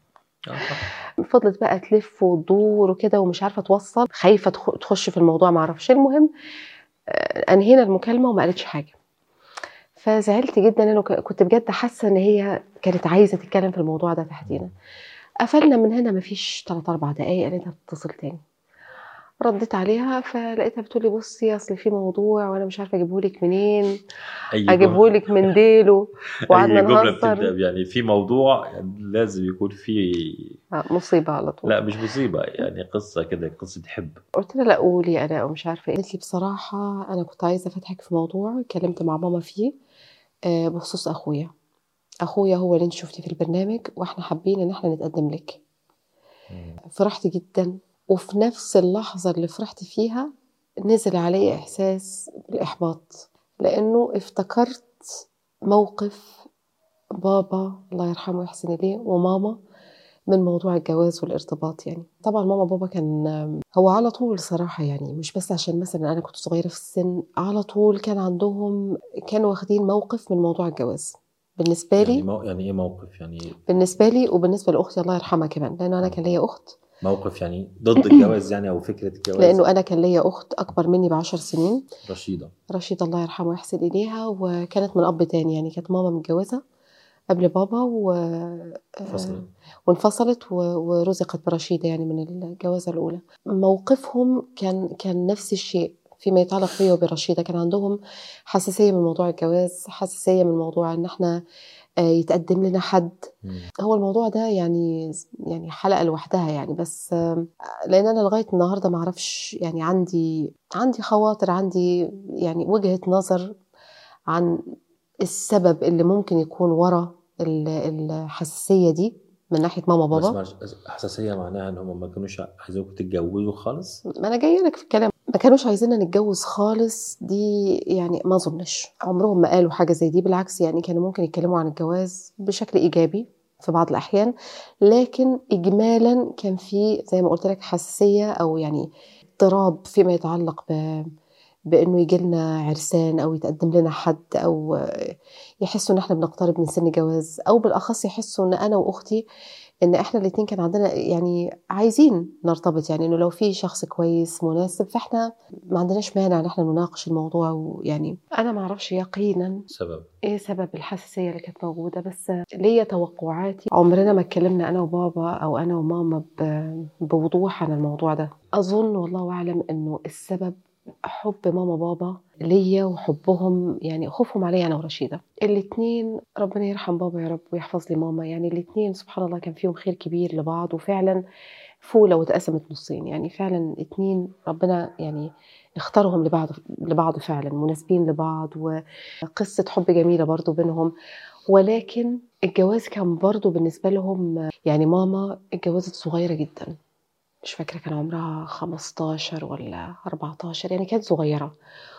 A: فضلت بقى تلف وتدور وكده ومش عارفه توصل، خايفه تخش في الموضوع، ما اعرفش. المهم انهينا المكالمه وما قالتش حاجه. فزعلت جدا لانه كنت بجد حاسه ان هي كانت عايزه تتكلم في الموضوع ده تحديدا. قفلنا من هنا مفيش 3-4 دقايق لقيتها بتتصل تاني. رديت عليها فلقيتها بتقولي بصي اصل في موضوع وانا مش عارفه اجيبهولك منين، اجيبهولك من ديله. وقعدنا
B: اي جمله
A: نهزر.
B: بتبدا يعني في موضوع يعني لازم يكون في
A: مصيبه على طول.
B: لا مش مصيبه يعني قصه كده، قصه حب.
A: قلت لها لا قولي انا ومش عارفه ايه. قالت لي بصراحه انا كنت عايزه افتحك في موضوع كلمت مع ماما فيه بخصوص اخويا هو اللي انت شفتيه في البرنامج واحنا حابين ان احنا نتقدم لك. فرحت جدا، وفي نفس اللحظه اللي فرحت فيها نزل علي احساس بالاحباط، لانه افتكرت موقف بابا الله يرحمه ويحسن اليه وماما من موضوع الجواز والارتباط. يعني طبعا ماما بابا كان هو على طول صراحة، يعني مش بس عشان مثلا أنا كنت صغيرة في السن، على طول كان عندهم، كانوا واخدين موقف من موضوع الجواز بالنسبة لي.
B: يعني ايه موقف يعني؟
A: بالنسبة لي وبالنسبة لأختي الله يرحمها كمان، لأنه أنا كان ليا أخت.
B: موقف يعني ضد الجواز يعني او فكرة الجواز؟
A: لأنه أنا كان ليا أخت أكبر مني ب10 سنين،
B: رشيدة
A: الله يرحمه ويحسن إليها، وكانت من أب تاني. يعني كانت ماما متجوزة قبل بابا وانفصلت ورزقت برشيدة يعني من الجوازة الأولى. موقفهم كان نفس الشيء فيما يتعلق بي وبرشيدة. كان عندهم حساسية من موضوع الجواز، حساسية من موضوع ان احنا يتقدم لنا حد. هو الموضوع ده يعني حلقة لوحدها يعني، بس لأن أنا لغاية النهاردة معرفش يعني، عندي خواطر، عندي يعني وجهة نظر عن السبب اللي ممكن يكون ورا الحساسية دي من ناحية ماما بابا.
B: بس حساسية معناها ان هم ما كانوش عايزوكم تتجوزوا خالص؟
A: ما انا جايه لك في الكلام. ما كانوش عايزيننا نتجوز خالص دي يعني، ما اظنش عمرهم ما قالوا حاجه زي دي. بالعكس يعني كانوا ممكن يتكلموا عن الجواز بشكل ايجابي في بعض الاحيان، لكن اجمالا كان في زي ما قلت لك حساسيه او يعني اضطراب فيما يتعلق بانه يجي لنا عرسان او يتقدم لنا حد، او يحسوا ان احنا بنقترب من سن جواز، او بالاخص يحسوا ان انا واختي ان احنا الاتنين كان عندنا يعني عايزين نرتبط، يعني انه لو في شخص كويس مناسب فاحنا ما عندناش مانع ان احنا نناقش الموضوع. ويعني انا ما اعرفش يقينا ايه سبب الحساسيه اللي كانت موجوده، بس ليا توقعاتي. عمرنا ما اتكلمنا انا وبابا او انا وماما بوضوح عن الموضوع ده. اظن والله اعلم انه السبب حب ماما بابا ليا، وحبهم يعني خوفهم عليا انا ورشيده الاتنين. ربنا يرحم بابا يا رب ويحفظ لي ماما. يعني الاتنين سبحان الله كان فيهم خير كبير لبعض، وفعلا فولة واتقسمت نصين. يعني فعلا اتنين ربنا يعني اختارهم لبعض فعلا مناسبين لبعض، وقصة حب جميلة برضو بينهم. ولكن الجواز كان برضو بالنسبة لهم يعني ماما اتجوزت صغيرة جدا، مش فاكرة كان عمرها 15 ولا 14، يعني كانت صغيرة.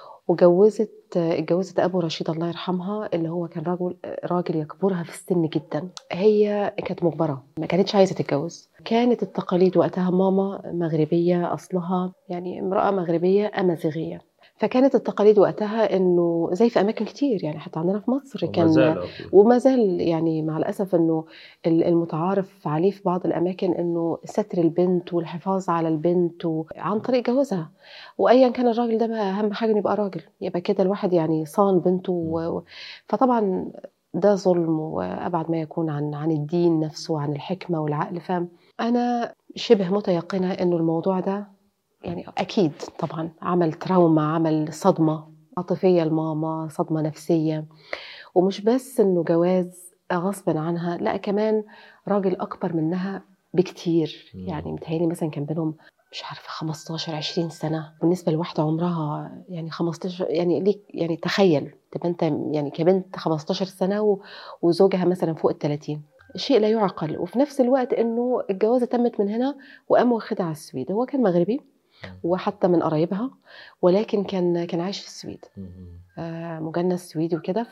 A: اتجوزت أبو رشيد الله يرحمها، اللي هو كان راجل يكبرها في السن جدا. هي كانت مجبرة، ما كانتش عايزة تتجوز. كانت التقاليد وقتها، ماما مغربية أصلها، يعني امرأة مغربية أمازيغية، فكانت التقاليد وقتها انه زي في اماكن كتير يعني حتى عندنا في مصر كان وما زال يعني مع الاسف انه المتعارف عليه في بعض الاماكن انه ستر البنت والحفاظ على البنت عن طريق جوازها، وايا كان الراجل ده بقى اهم حاجه انه يبقى راجل، يبقى كده الواحد يعني صان بنته فطبعا ده ظلم وابعد ما يكون عن الدين نفسه وعن الحكمه والعقل. فانا شبه متيقنه انه الموضوع ده يعني أكيد طبعا عمل تراوما، عمل صدمة عاطفية لماما، صدمة نفسية. ومش بس إنه جواز غصبا عنها، لا كمان راجل أكبر منها بكتير. يعني متهيألي مثلا كان بينهم مش عارفة 15 20 سنة، بالنسبة لواحدة عمرها يعني 15. يعني ليك يعني تخيل تبقى أنت يعني كبنت 15 سنة وزوجها مثلا فوق ال30، شيء لا يعقل. وفي نفس الوقت إنه الجوازة تمت من هنا وقام واخدها على السويد. هو كان مغربي وحتى من قرايبها، ولكن كان عايش في السويد، مجنس سويدي وكده،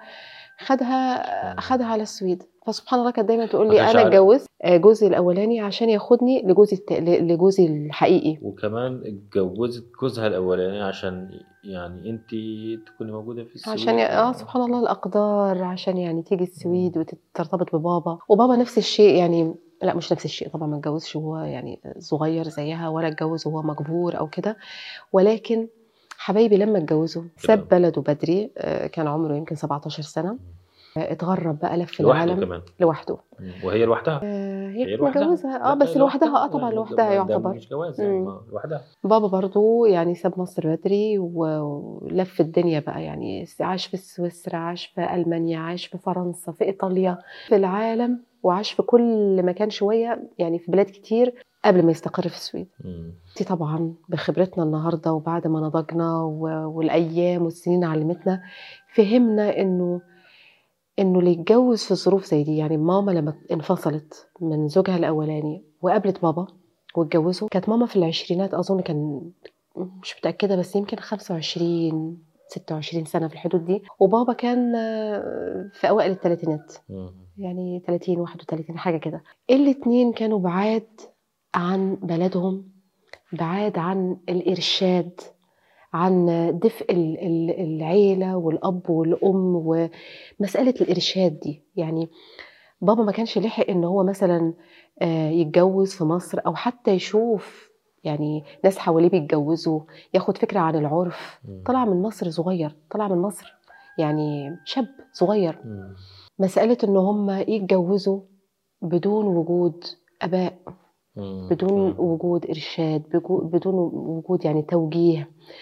A: خدها على السويد. فسبحان الله كانت دايما تقول لي انا اتجوزت جوزي الاولاني عشان ياخدني لجوزي الحقيقي،
B: وكمان اتجوزت جوزها الاولاني عشان يعني انت تكوني موجوده في السويد،
A: عشان سبحان الله الاقدار، عشان يعني تيجي السويد وترتبط ببابا. وبابا نفس الشيء يعني، لا مش نفس الشيء طبعا، ما اتجوزش وهو يعني صغير زيها، ولا اتجوز وهو مجبور او كده. ولكن حبايبي لما اتجوزوا ساب بلده بدري، كان عمره يمكن 17 سنة، اتغرب بقى، لف العالم
B: كمان
A: لوحده.
B: وهي لوحدها.
A: هي متجوزة بس لوحدها، طبعا لوحدها يعتبر
B: مش جواز يعني لوحدها.
A: بابا برضو يعني ساب مصر بدري ولف الدنيا بقى، يعني عاش في سويسرا، عاش في ألمانيا، عاش في فرنسا، في إيطاليا، في العالم، وعاش في كل مكان شوية يعني في بلاد كتير قبل ما يستقر في السويد. دي طبعا بخبرتنا النهاردة وبعد ما نضجنا والأيام والسنين علمتنا، فهمنا إنه اللي يتجوز في ظروف زي دي. يعني ماما لما انفصلت من زوجها الأولاني وقابلت بابا واتجوزوا، كانت ماما في العشرينات أظن، كان مش متأكدة بس يمكن 25 26 سنة في الحدود دي، وبابا كان في أوائل الثلاثينات، يعني 30 31 حاجة كده. الاتنين كانوا بعاد عن بلدهم، بعاد عن الإرشاد، عن دفء العيلة والأب والأم ومسألة الإرشاد دي. يعني بابا ما كانش لحق إن هو مثلا يتجوز في مصر، أو حتى يشوف يعني ناس حواليه بيتجوزوا، ياخد فكرة عن العرف. طلع من مصر صغير، طلع من مصر يعني شاب صغير. مسألة إن هم يتجوزوا بدون وجود أباء، بدون وجود إرشاد، بدون وجود يعني توجيه،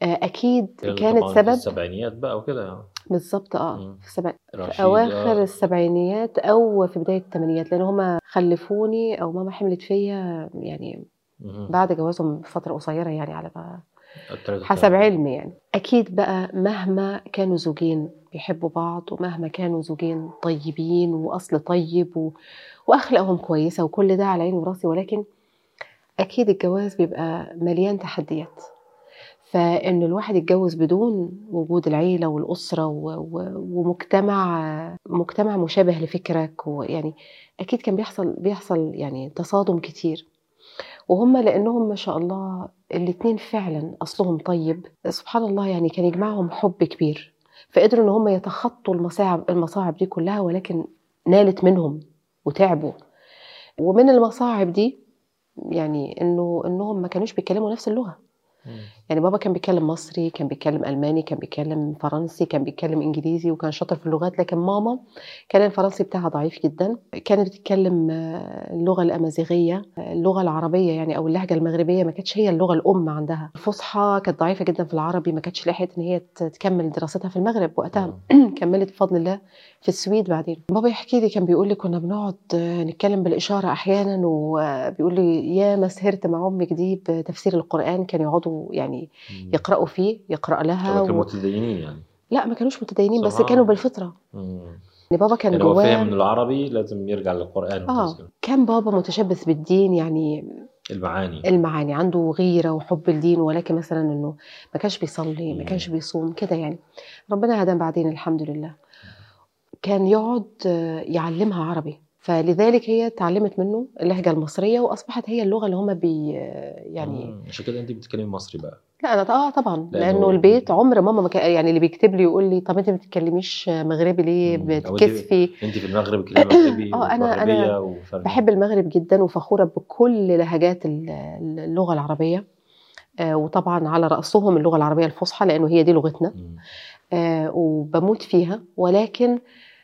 A: اكيد كانت سبب.
B: في السبعينيات بقى وكده
A: بالظبط. في اواخر السبعينيات او في بدايه الثمانينات، لان هما خلفوني او ماما حملت فيا يعني بعد جوازهم بفتره قصيره، يعني على حسب علمي. يعني اكيد بقى مهما كانوا زوجين بيحبوا بعض، ومهما كانوا زوجين طيبين واصل طيب واخلاقهم كويسه وكل ده على عيني وراسي، ولكن اكيد الجواز بيبقى مليان تحديات. فإن الواحد يتجوز بدون وجود العيلة والأسرة ومجتمع مشابه لفكرك، ويعني أكيد كان بيحصل يعني تصادم كتير. وهم لأنهم ما شاء الله الاتنين فعلا أصلهم طيب، سبحان الله، يعني كان يجمعهم حب كبير، فقدروا إن هم يتخطوا المصاعب دي كلها، ولكن نالت منهم وتعبوا. ومن المصاعب دي يعني إنهم ما كانوش بيتكلموا نفس اللغة. يعني بابا كان بيتكلم مصري، كان بيتكلم ألماني، كان بيتكلم فرنسي، كان بيتكلم إنجليزي، وكان شاطر في اللغات. لكن ماما كان الفرنسي بتاعها ضعيف جدا. كانت بتتكلم اللغة الأمازيغية، اللغة العربية يعني أو اللهجة المغربية، ما كانتش هي اللغة الأم عندها. الفصحى كانت ضعيفة جدا في العربي، ما كانتش لحقت إن هي تكمل دراستها في المغرب وقتها. كملت بفضل الله في السويد بعدين. بابا يحكي لي، كان بيقول لي كنا بنقعد نتكلم بالإشارة أحيانا، وبيقول لي يا ما سهرت مع أمك دي بتفسير القرآن. كان يقعدوا يعني يقرأوا فيه، يقرأ لها.
B: كانوا متدينين يعني؟
A: لا، ما كانوش متدينين، بس كانوا بالفطرة. يعني بابا كان
B: يعني هو فهم من العربي لازم يرجع للقرآن.
A: كان بابا متشبث بالدين، يعني
B: المعاني
A: عنده غيرة وحب الدين، ولكن مثلا انه ما كانش بيصلي، ما كانش بيصوم كده. يعني ربنا هداه بعدين الحمد لله. كان يقعد يعلمها عربي، فلذلك هي اتعلمت منه اللهجة المصرية، وأصبحت هي اللغة اللي هم يعني
B: عشان كده انت بتتكلمي مصري بقى؟
A: لا أنا طبعا، لأنه البيت عمر ماما ما كان يعني اللي بيكتب لي يقول لي طب انت ما بتتكلميش مغربي ليه؟ بتكسفي.
B: انت في المغرب بتتكلمي مغربي
A: أنا بحب المغرب جدا، وفخورة بكل لهجات اللغة العربية، وطبعا على رأسهم اللغة العربية الفصحى، لأنه هي دي لغتنا. وبموت فيها. ولكن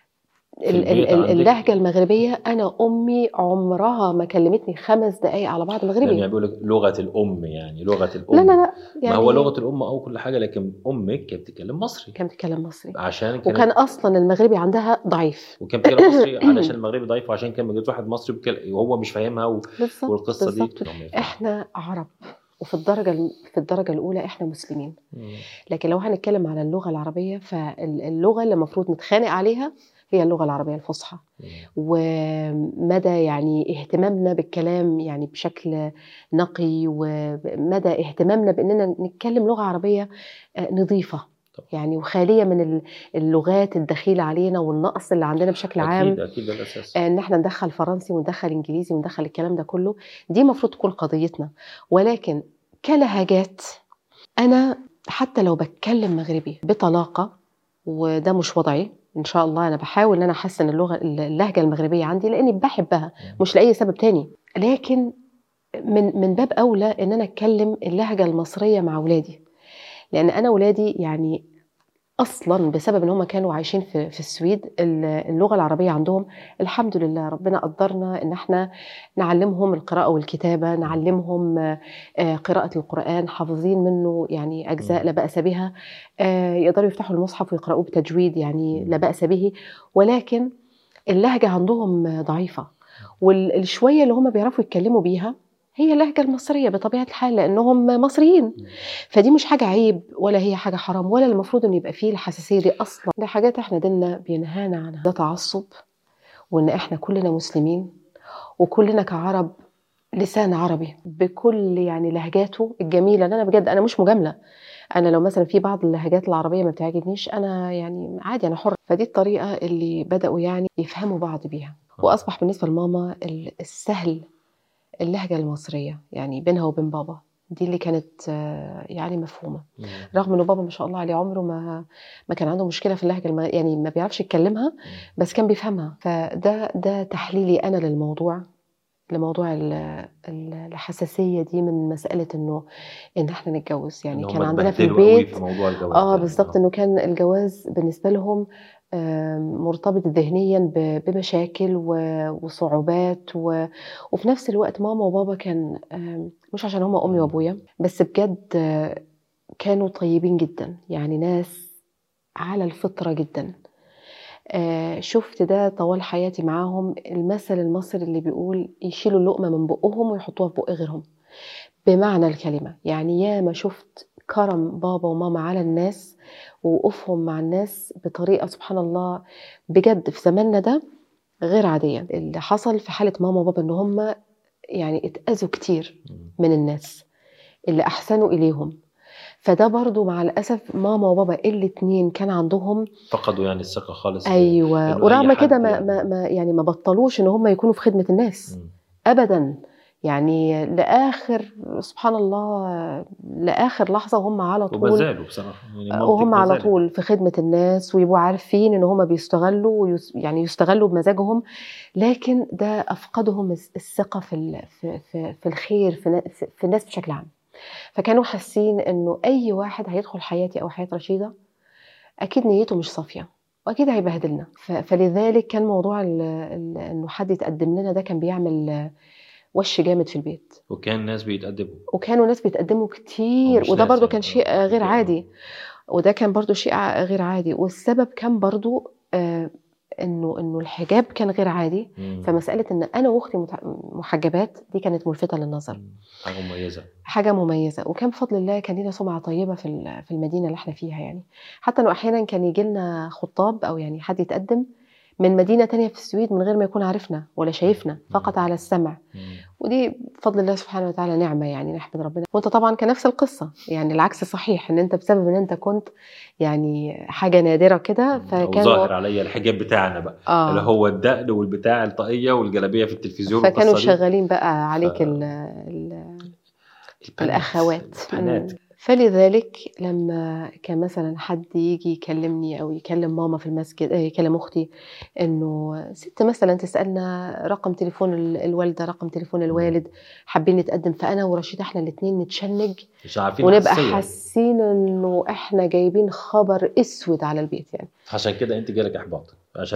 A: اللهجة المغربية، أنا أمي عمرها ما كلمتني 5 دقايق على بعض مغربي.
B: يعني بيقول لك لغة الأم، يعني لغة الأم.
A: لا
B: يعني ما هو لغة الأم أو كل حاجة، لكن أمك كانت بتتكلم مصري.
A: كانت بتتكلم مصري
B: وكان
A: أصلا المغربي عندها ضعيف،
B: وكان بتتكلم مصري علشان المغربي ضعيف، وعشان كان موجود واحد مصري وهو مش فاهمها والقصة دي.
A: إحنا عرب، وفي الدرجة الأولى إحنا مسلمين. لكن لو هنتكلم على اللغة العربية، فاللغة اللي المفروض نتخانق عليها هي اللغة العربية الفصحى. ومدى يعني اهتمامنا بالكلام يعني بشكل نقي، ومدى اهتمامنا بأننا نتكلم لغة عربية نظيفة يعني، وخالية من اللغات الدخيلة علينا والنقص اللي عندنا بشكل عام.
B: أكيد الأساس
A: ان احنا ندخل فرنسي وندخل انجليزي وندخل الكلام ده كله، دي مفروض تكون قضيتنا. ولكن كلهجات، انا حتى لو بتكلم مغربي بطلاقة، وده مش وضعي ان شاء الله، انا بحاول ان انا احسن اللهجة المغربية عندي لاني بحبها، مش لاي سبب تاني. لكن من باب اولى ان انا اتكلم اللهجة المصرية مع اولادي، لان انا اولادي يعني اصلا بسبب ان هم كانوا عايشين في السويد، اللغه العربيه عندهم الحمد لله ربنا قدرنا ان احنا نعلمهم القراءه والكتابه، نعلمهم قراءه القران، حافظين منه يعني اجزاء لا باس بها، يقدروا يفتحوا المصحف ويقراوه بتجويد يعني لا باس به. ولكن اللهجه عندهم ضعيفه، والشويه اللي هم بيعرفوا يتكلموا بيها هي اللهجة المصرية بطبيعة الحال، لأنهم مصريين. فدي مش حاجة عيب، ولا هي حاجة حرام، ولا المفروض أن يبقى فيه الحساسية دي أصلا. دي حاجات احنا ديننا بينهانا عنها، ده تعصب، وأن احنا كلنا مسلمين، وكلنا كعرب لسان عربي بكل يعني لهجاته الجميلة. أنا بجد أنا مش مجاملة، أنا لو مثلا في بعض اللهجات العربية ما بتعجبنيش، أنا يعني عادي، أنا حرة. فدي الطريقة اللي بدأوا يعني يفهموا بعض بيها. وأصبح بالنسبة لماما السهل اللهجة المصرية يعني بينها وبين بابا، دي اللي كانت يعني مفهومة. رغم انه بابا ما شاء الله عليه عمره ما كان عنده مشكلة في اللهجة يعني ما بيعرفش يتكلمها، بس كان بيفهمها. فده تحليلي أنا لموضوع الحساسية دي من مسألة إن احنا نتجوز. يعني كان عندنا في البيت
B: في موضوع الجواز
A: بالظبط، إنه كان الجواز بالنسبة لهم مرتبط ذهنيا بمشاكل وصعوبات، وفي نفس الوقت ماما وبابا كان مش عشان هما أمي وأبويا بس، بجد كانوا طيبين جدا، يعني ناس على الفطرة جدا. شفت ده طوال حياتي معاهم، المثل المصري اللي بيقول يشيلوا اللقمة من بقهم ويحطوها في بق غيرهم، بمعنى الكلمة. يعني يا ما شفت كرم بابا وماما على الناس ووقوفهم مع الناس بطريقة سبحان الله بجد في زماننا ده غير عادية. اللي حصل في حالة ماما وبابا ان هم يعني اتأذوا كتير من الناس اللي أحسنوا إليهم، فده برضو مع الأسف ماما وبابا الاتنين كان عندهم
B: فقدوا يعني الثقة خالص.
A: أيوة، ورغم كده ما بطلوش إن هم يكونوا في خدمة الناس أبدا، يعني لآخر سبحان الله لآخر لحظة وهم على طول،
B: وبزالوا بصراحة يعني
A: وهم على طول في خدمة الناس، ويبقوا عارفين إن هم بيستغلوا يعني يستغلوا بمزاجهم، لكن ده أفقدهم الثقة في الخير في الناس بشكل عام. فكانوا حاسين إنه أي واحد هيدخل حياتي أو حياة رشيدة أكيد نيته مش صافية وأكيد هيبهدلنا. فلذلك كان موضوع إنه حد يتقدم لنا ده كان بيعمل وش جامد في البيت.
B: وكان ناس بيتقدموا،
A: وكانوا ناس بيتقدموا كتير، وده برضو كان شيء غير عادي، وده كان برضو شيء غير عادي. والسبب كان برضو انه الحجاب كان غير عادي. فمسألة ان انا واختي محجبات دي كانت ملفتة للنظر، حاجة مميزة. وكان بفضل الله كان لنا سمعة طيبة في المدينة اللي احنا فيها، يعني حتى انه احيانا كان يجي لنا خطاب او يعني حد يتقدم من مدينة تانية في السويد من غير ما يكون عارفنا ولا شايفنا، فقط على السمع. ودي بفضل الله سبحانه وتعالى نعمة، يعني نحمد ربنا. وانت طبعا كنفس القصة، يعني العكس صحيح، ان انت بسبب ان انت كنت يعني حاجة نادرة كده
B: فكان ظاهر عليا الحجاب بتاعنا بقى اللي هو الدقن والبتاع الطاقية والجلابية في التلفزيون،
A: فكانوا شغالين بقى عليك الأخوات. فلذلك لما كان مثلا حد يجي يكلمني أو يكلم ماما في المسجد، يكلم أختي، إنه ست مثلا تسألنا رقم تليفون الوالدة، رقم تليفون الوالد، حابين نتقدم، فأنا ورشيد احنا الاتنين نتشنج ونبقى حاسين إنه احنا جايبين خبر اسود على البيت. يعني
B: عشان كده انت جالك إحباط،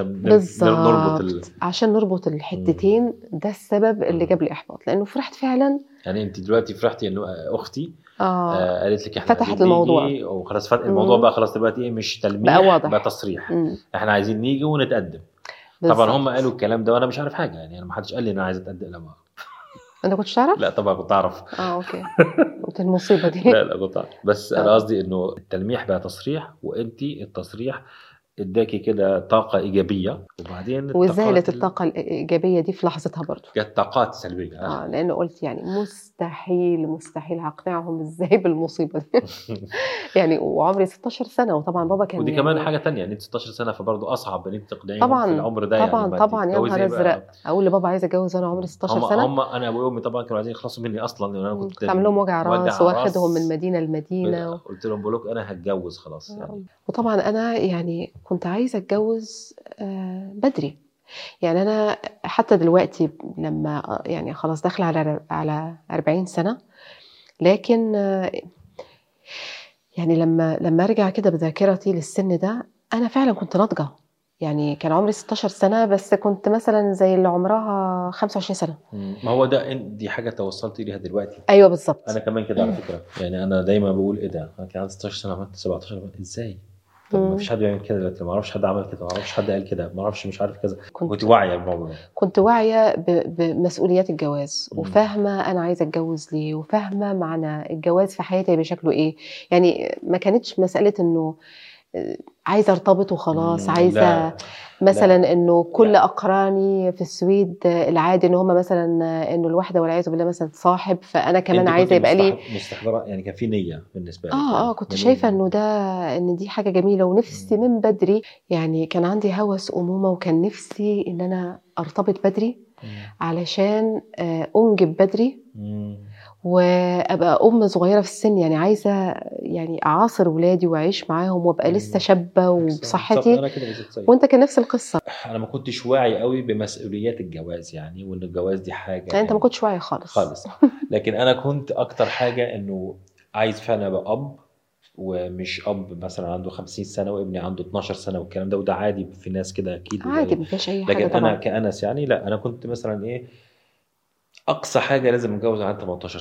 A: عشان نربط الحتتين. ده السبب اللي جاب لي إحباط، لأنه فرحت فعلا.
B: يعني انت دلوقتي فرحتي انه اختي قالت لك احنا
A: فتحت الموضوع
B: وخلاص، فتح الموضوع بقى خلاص. دلوقتي مش تلميح بقى تصريح. احنا عايزين نيجي ونتقدم. طبعا هم قالوا الكلام ده وانا مش عارف حاجه، يعني انا ما حدش قال لي انا عايز اتقدم. لما
A: انت كنتش تعرف؟
B: لا طبعا كنت اعرف.
A: اوكي. قلت المصيبه دي.
B: لا كنت اعرف، بس انا قصدي انه التلميح بقى تصريح، وانت التصريح اداكي كده طاقه ايجابيه، وبعدين
A: وزالت الطاقه الايجابيه دي في لحظتها برضو.
B: كانت طاقات سلبيه.
A: لانه قلت يعني مستحيل هقنعهم ازاي بالمصيبه دي. يعني وعمري 16 سنه، وطبعا بابا كان
B: ودي
A: يعني
B: كمان حاجه تانية، يعني 16 سنه فبرضه اصعب ان انت تقنعيهم في العمر ده.
A: طبعا يا نهار ازرق، اقول لبابا عايزه اتجوز وانا عمري 16 سنه.
B: هم انا وابوي وامي طبعا كانوا عايزين يخلصوا مني اصلا، لان انا كنت
A: عامل لهم وجع راس واخدهم من مدينه لمدينه.
B: قلت لهم بقول لكم انا هتجوز خلاص يعني.
A: وطبعا انا يعني كنت عايزه اتجوز بدري. يعني انا حتى دلوقتي لما يعني خلاص داخله على 40 سنه، لكن يعني لما ارجع كده بذاكرتي للسن ده، انا فعلا كنت ناضجه. يعني كان عمري 16 سنه بس كنت مثلا زي اللي عمرها 25 سنه.
B: ما هو ده دي حاجه توصلت ليها دلوقتي.
A: ايوه بالظبط.
B: انا كمان كده على فكره، يعني انا دايما بقول ايه ده، انا كان عندي 16 سنه عملت 17 ازاي؟ طب ما فيش حد بيعمل كده دلوقتي، ما اعرفش حد عمل كده، ما اعرفش حد قال كده، ما اعرفش مش عارف كذا. كنت واعيه بالموضوع،
A: كنت واعيه بمسؤوليات الجواز، وفاهمه انا عايزه اتجوز ليه، وفاهمه معنى الجواز في حياتي بشكله ايه. يعني ما كانتش مساله انه عايزه ارتبط وخلاص، عايزه مثلا انه كل اقراني في السويد العادي ان هم مثلا انه الواحده والعياذ بالله مثلا تصاحب، فانا كمان عايزه يبقى لي
B: مستحضره. يعني كان في نيه بالنسبه لي.
A: كنت شايفه انه ان دي حاجه جميله، ونفسي من بدري. يعني كان عندي هوس امومه، وكان نفسي ان انا ارتبط بدري علشان انجب بدري وابقى ام صغيره في السن. يعني عايزه يعني اعاصر ولادي واعيش معاهم وابقى لسه شابه وبصحتي. وانت كان نفس القصه.
B: انا ما كنتش واعي قوي بمسؤوليات الجواز، يعني وان الجواز دي حاجه
A: يعني انت ما كنتش واعي خالص.
B: لكن انا كنت اكتر حاجه انه عايز فعلا ابقى اب، ومش اب مثلا عنده 50 سنه وابني عنده 12 سنه والكلام ده. وده عادي في ناس كده اكيد،
A: عادي ما فيش اي حاجه.
B: لكن
A: طبعا.
B: انا كأنس يعني لا، انا كنت مثلا اقصى حاجه لازم اتجوز عند 18 سنه.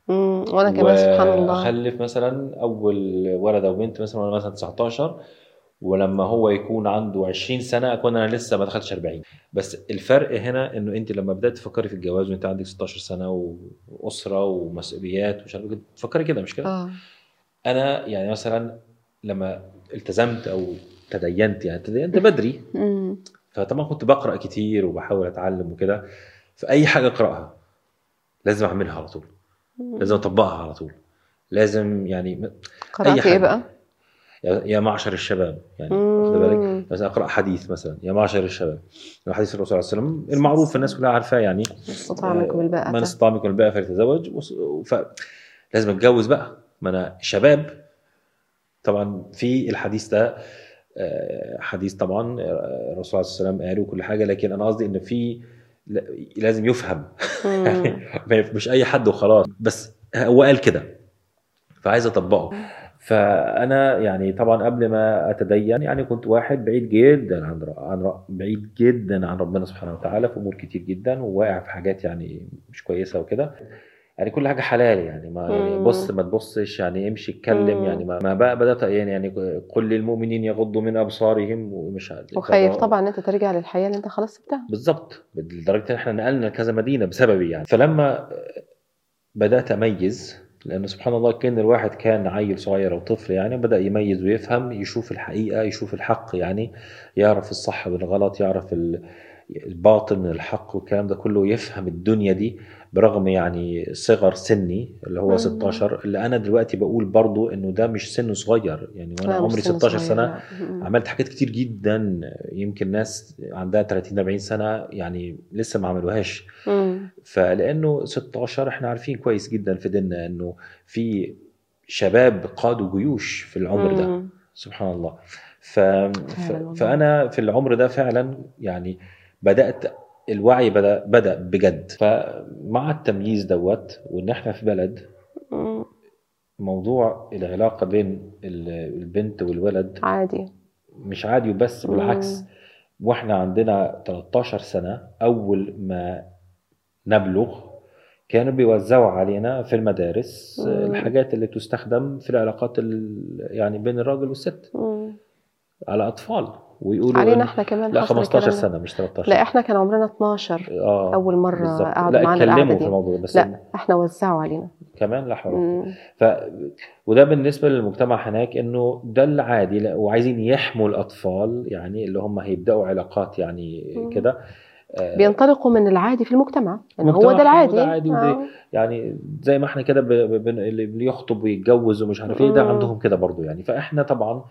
A: وانا كمان سبحان الله
B: اخلف مثلا اول ولد او بنت مثلا وانا مثلا 19، ولما هو يكون عنده 20 سنه اكون انا لسه ما دخلتش 40. بس الفرق هنا انه انت لما بدات تفكري في الجواز وانت عندك 16 سنه واسره ومسؤوليات ومش عارف تفكري كده، مش كده؟ انا يعني مثلا لما التزمت او تدينت، يعني تدينت بدري، فطبعا كنت بقرا كتير وبحاول اتعلم وكده، فاي حاجه اقراها لازم اعملها على طول، لازم اطبقها على طول، لازم يعني
A: اي حاجه. ايه بقى؟
B: يا معشر الشباب، يعني واخد بالك، مثلا اقرا حديث مثلا يا معشر الشباب، حديث الرسول صلى الله عليه وسلم المعروف الناس كلها عارفاه، يعني من استطاع منكم الباءة فليتزوج. فلازم اتجوز بقى، ما انا شباب. طبعا في الحديث ده حديث طبعا الرسول صلى الله عليه وسلم قاله كل حاجه، لكن انا قصدي ان في لازم يفهم يعني مش اي حد وخلاص، بس هو قال كده فعايز اطبقه. فانا يعني طبعا قبل ما اتدين يعني كنت واحد بعيد جدا بعيد جدا عن ربنا سبحانه وتعالى في امور كتير جدا، وواقع في حاجات يعني مش كويسه وكده، يعني كل حاجه حلال، يعني ما يعني بص ما تبصش، يعني امشي اتكلم، يعني ما بقى بدات يعني قل للمؤمنين يغضوا من ابصارهم ومش عارف،
A: وخايف طبعا ان انت ترجع للحياه اللي انت خلاص سبتها.
B: بالظبط، لدرجه ان احنا نقلنا كذا مدينه بسببي يعني. فلما بدات اميز، لأن سبحان الله كان الواحد كان عيل صغير أو طفل يعني، بدأ يميز ويفهم، يشوف الحقيقة، يشوف الحق، يعني يعرف الصح من الغلط، يعرف الباطل من الحق والكلام ده كله، يفهم الدنيا دي برغم يعني صغر سني اللي هو 16، اللي أنا دلوقتي بقول برضو إنه ده مش سن صغير يعني، وأنا عمري 16 سنة عملت حاجات كتير جدا يمكن ناس عندها 30-40 سنة يعني لسه ما عملوهاش. فلأنه 16 احنا عارفين كويس جدا في ديننا إنه في شباب قادوا جيوش في العمر ده، سبحان الله. فأنا في العمر ده فعلا يعني بدأت الوعي بدأ بجد. فمع التمييز دوت، وإن احنا في بلد موضوع العلاقة بين البنت والولد
A: عادي،
B: مش عادي وبس، بالعكس، واحنا عندنا 13 سنة أول ما نبلغ كانوا بيوزعوا علينا في المدارس الحاجات اللي تستخدم في العلاقات يعني بين الراجل والست على أطفال، ويقولوا
A: علينا احنا كمان
B: لا 15 سنة مش 13.
A: لا احنا كان عمرنا 12 اول مرة قعدوا معانا
B: القعدة دي. في الموضوع بس
A: لا احنا وزعوا علينا
B: كمان لا حول. وده بالنسبة للمجتمع هناك انه ده العادي، وعايزين يحموا الاطفال يعني اللي هم هيبدأوا علاقات يعني كده،
A: بينطلقوا من العادي في المجتمع ان هو ده العادي،
B: يعني زي ما احنا كده اللي بيخطب ويتجوز ومش عارف ايه، ده عندهم كده برضو يعني. فاحنا طبعا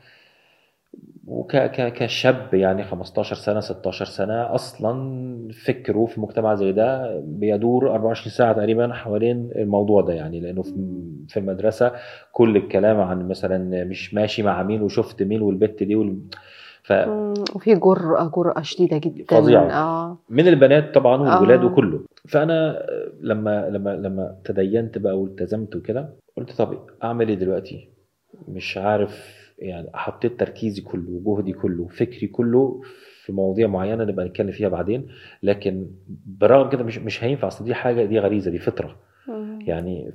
B: كشاب يعني 15 سنة 16 سنة أصلا فكره في مجتمع زي ده بيدور 24 ساعة تقريبا حوالين الموضوع ده يعني، لأنه في المدرسة كل الكلام عن مثلا مش ماشي مع مين وشفت مين والبت دي
A: وفي جرأة شديدة جدا
B: فظيعة من البنات طبعا والولاد وكله. فأنا لما تدينت بقى والتزمت وكده، قلت طب أعمل إيه دلوقتي؟ مش عارف يعني، حطيت تركيزي كله وجهدي كله وفكري كله في مواضيع معينة نبقى نتكلم فيها بعدين، لكن برغم كده مش هينفع، اصل دي حاجة، دي غريزة، دي فطرة يعني.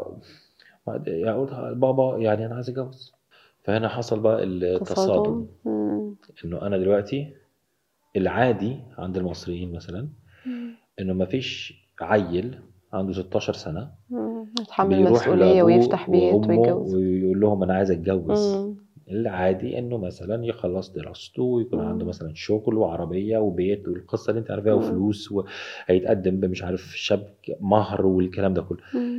B: قلت بابا يعني أنا عايز أتجوز. فهنا حصل بقى التصادم، إنه أنا دلوقتي العادي عند المصريين مثلا إنه مفيش عيل عنده 16 سنة
A: يتحمل مسؤولية ويفتح بيت ويتجوز
B: ويقول لهم أنا عايز أتجوز. العادي إنه مثلا يخلص دراسته ويكون عنده مثلا شغل وعربية وبيت والقصة اللي أنت عارفها وفلوس، وهيتقدم بمش عارف شبك مهر والكلام ده كله.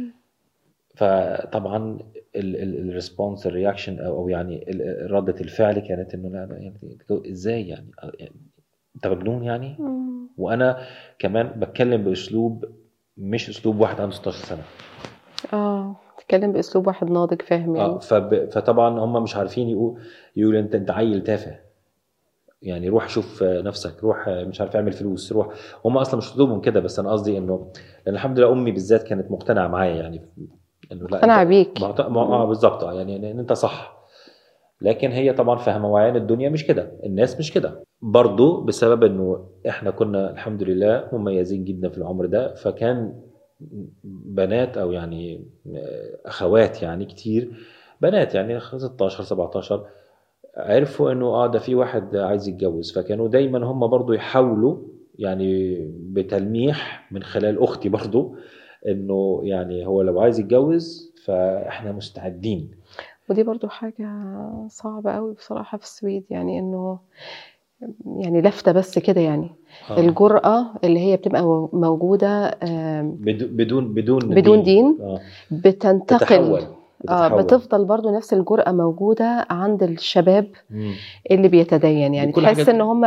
B: فطبعا الريسبونس الرياكشن أو يعني ردة الفعل كانت إنه لا يعني إزاي يعني أنت مجنون يعني. وأنا كمان بتكلم بأسلوب مش أسلوب واحد عنده 16 سنة،
A: تتكلم بأسلوب واحد ناضج فاهم يعني.
B: فطبعا هم مش عارفين يقول انت عيل تافه يعني، روح شوف نفسك، روح مش عارف اعمل فلوس، روح. هم اصلا مش اسلوبهم كده، بس انا قصدي انه لان الحمد لله امي بالذات كانت مقتنعه معايا يعني، انه لا
A: مقتنعه بيك
B: بالظبط يعني ان انت صح. لكن هي طبعا فاهمه وعيان الدنيا مش كده، الناس مش كده برضو، بسبب انه احنا كنا الحمد لله مميزين جدا في العمر ده، فكان بنات او يعني اخوات يعني كتير بنات يعني 16 17 عرفوا انه ده في واحد عايز يتجوز، فكانوا دايما هم برضو يحاولوا يعني بتلميح من خلال اختي برضو انه يعني هو لو عايز يتجوز فاحنا مستعدين.
A: ودي برضو حاجة صعبة قوي بصراحة في السويد، يعني انه يعني لفتة بس كده يعني الجرأة اللي هي بتبقى موجودة بدون دين بتنتقل بتفضل برضو نفس الجرأة موجودة عند الشباب اللي بيتدين، يعني تحس ان هم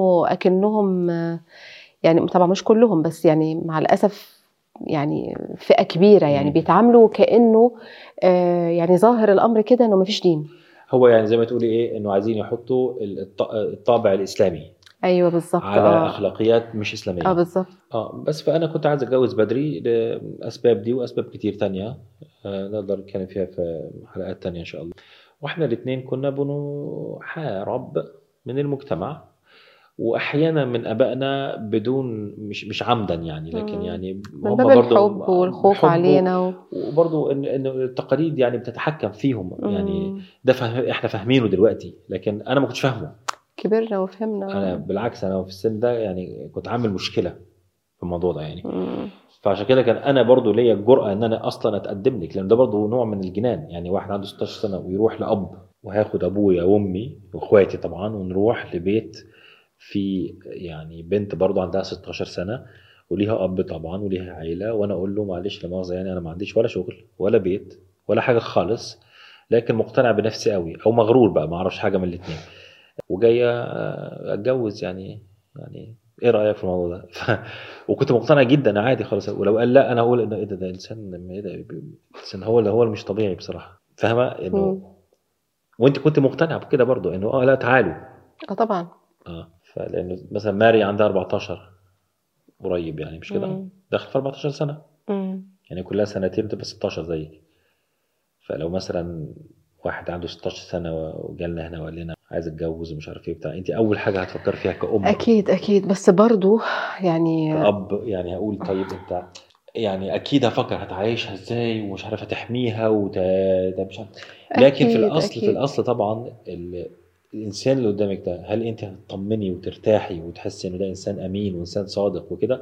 A: اكنهم يعني طبعا مش كلهم بس يعني مع الأسف يعني فئة كبيرة يعني بيتعاملوا كأنه يعني ظاهر الأمر كده انه مفيش دين.
B: هو يعني زي ما تقولي ايه انه عايزين يحطوا الطابع الاسلامي
A: ايوه بالظبط
B: على اخلاقيات مش اسلاميه
A: بالظبط.
B: بس فانا كنت عايز اتجوز بدري لاسباب دي واسباب كتير تانية نقدر نتكلم فيها في حلقات تانية ان شاء الله. واحنا الاثنين كنا بنحارب من المجتمع واحيانا من ابائنا بدون مش عمدا يعني، لكن يعني
A: من باب الحب والخوف علينا
B: وبرضو ان التقاليد يعني بتتحكم فيهم يعني ده احنا فاهمينه دلوقتي لكن انا ما كنتش فاهمه.
A: كبرنا وفهمنا.
B: انا بالعكس انا في السن ده يعني كنت عامل مشكله في الموضوع ده يعني فعشان كده كان انا برضو ليا الجرأة ان انا اصلا اتقدم لك، لان ده برضو نوع من الجنان يعني واحد عنده 16 سنه ويروح لاب وهاخد ابويا وامي واخواتي طبعا ونروح لبيت في يعني بنت برضو عندها 16 سنه وليها اب طبعا وليها عيله، وانا اقول له معلش لا مؤاخذه يعني انا ما عنديش ولا شغل ولا بيت ولا حاجه خالص لكن مقتنع بنفسي قوي او مغرور بقى ما اعرفش حاجه من الاثنين وجايه اتجوز يعني ايه رايك في الموضوع ده وكنت مقتنع جدا عادي خالص ولو قال لا انا اقول انه ايه ده انسان ايه ده انسان هو اللي مش طبيعي بصراحه فاهمه انه وانت كنت مقتنع بكده برضو انه لا تعالوا
A: طبعا
B: فلانه مثلا ماري عندها 14 قريب يعني مش كده داخل في 14 سنه يعني كلها سنتين تبقى 16 زيك. فلو مثلا واحد عنده 16 سنه وجالنا هنا وقال لنا عايز اتجوز ومش عارف ايه بتاع انت اول حاجه هتفكر فيها كأم
A: اكيد بس برضو يعني
B: كأب يعني هقول طيب انت يعني اكيد هفكر هتعيشها ازاي ومش عارف هتحميها ده مش عارف لكن في الاصل طبعا الانسان اللي قدامك ده هل انت هتطمني وترتاحي وتحسي انه ده انسان امين وانسان صادق وكده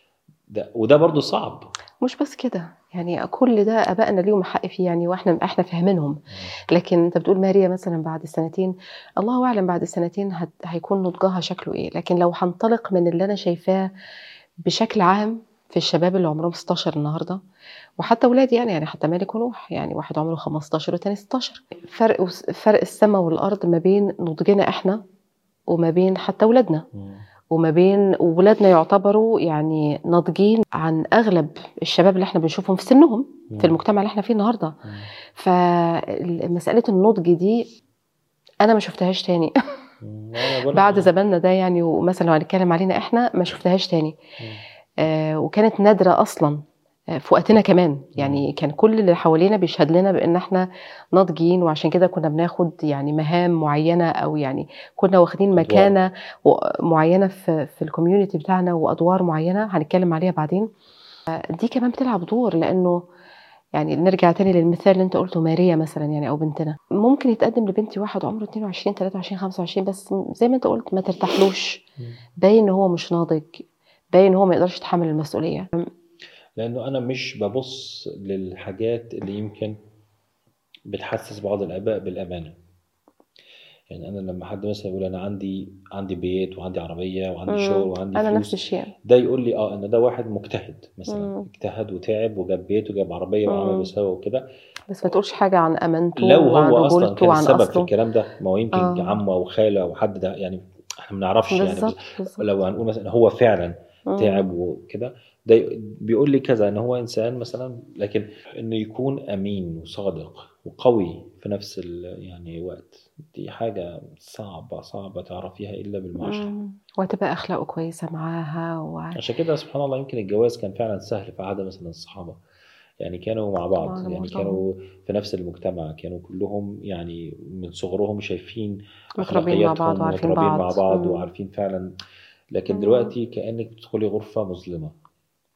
B: وده برضو صعب.
A: مش بس كده يعني كل ده ابائنا ليهم حق فيه يعني واحنا فاهمينهم لكن انت بتقول ماريا مثلا بعد السنتين الله اعلم بعد السنتين هيكون نضجها شكله ايه، لكن لو هنطلق من اللي انا شايفاه بشكل عام في الشباب اللي عمرهم 16 النهارده وحتى ولادي يعني حتى مالك ونوح يعني واحد عمره 15 والتاني 16 فرق السماء والارض ما بين نضجنا احنا وما بين حتى ولادنا وما بين ولادنا يعتبروا يعني ناضجين عن اغلب الشباب اللي احنا بنشوفهم في سنهم في المجتمع اللي احنا فيه النهارده. فمساله النضج دي انا ما شفتهاش تاني بعد زماننا ده يعني ومثلا لو هنتكلم علينا احنا ما شفتهاش تاني وكانت نادره اصلا في وقتنا كمان يعني كان كل اللي حوالينا بيشهد لنا بان احنا ناضجين وعشان كده كنا بناخد يعني مهام معينه او يعني كنا واخدين مكانه معينه في الكوميونتي بتاعنا وادوار معينه هنتكلم عليها بعدين. دي كمان بتلعب دور لانه يعني نرجع تاني للمثال اللي انت قلته ماريا مثلا يعني او بنتنا ممكن يتقدم لبنتي واحد عمره 22 23 25 بس زي ما انت قلت ما ترتاحلوش باين ان هو مش ناضج باين ان هو ما يقدرش يتحمل المسؤوليه.
B: لانه انا مش ببص للحاجات اللي يمكن بتحسس بعض الاباء بالامانه. يعني انا لما حد مثلا يقول انا عندي بيت وعندي عربيه وعندي شغل وعندي
A: أنا
B: فلوس
A: نفس الشيء
B: ده يقول لي ان ده واحد مجتهد مثلا اجتهد وتعب وجاب بيت وجاب عربيه وعمل وسوى وكده
A: بس ما تقولش حاجه عن امانته
B: لو
A: وعن
B: هو اصلا
A: رجولته
B: كان
A: وعن
B: السبب
A: أصله.
B: في الكلام ده ما هو يمكن عمه او خاله او حد ده يعني احنا ما نعرفش يعني لو هنقول مثلا هو فعلا تعب وكده ده بيقول لي كذا ان هو انسان مثلا لكن انه يكون امين وصادق وقوي في نفس يعني وقت دي حاجه صعبه تعرفيها الا بالمعاشره
A: وتبقى اخلاقه كويسه معاها
B: عشان كده سبحان الله يمكن الجواز كان فعلا سهل في عهد مثلا الصحابه يعني كانوا مع بعض يعني كانوا في نفس المجتمع كانوا كلهم يعني من صغرهم شايفين اخلاقياتهم متربين مع بعض وعارفين فعلا. لكن دلوقتي كأنك تدخلي غرفة مظلمة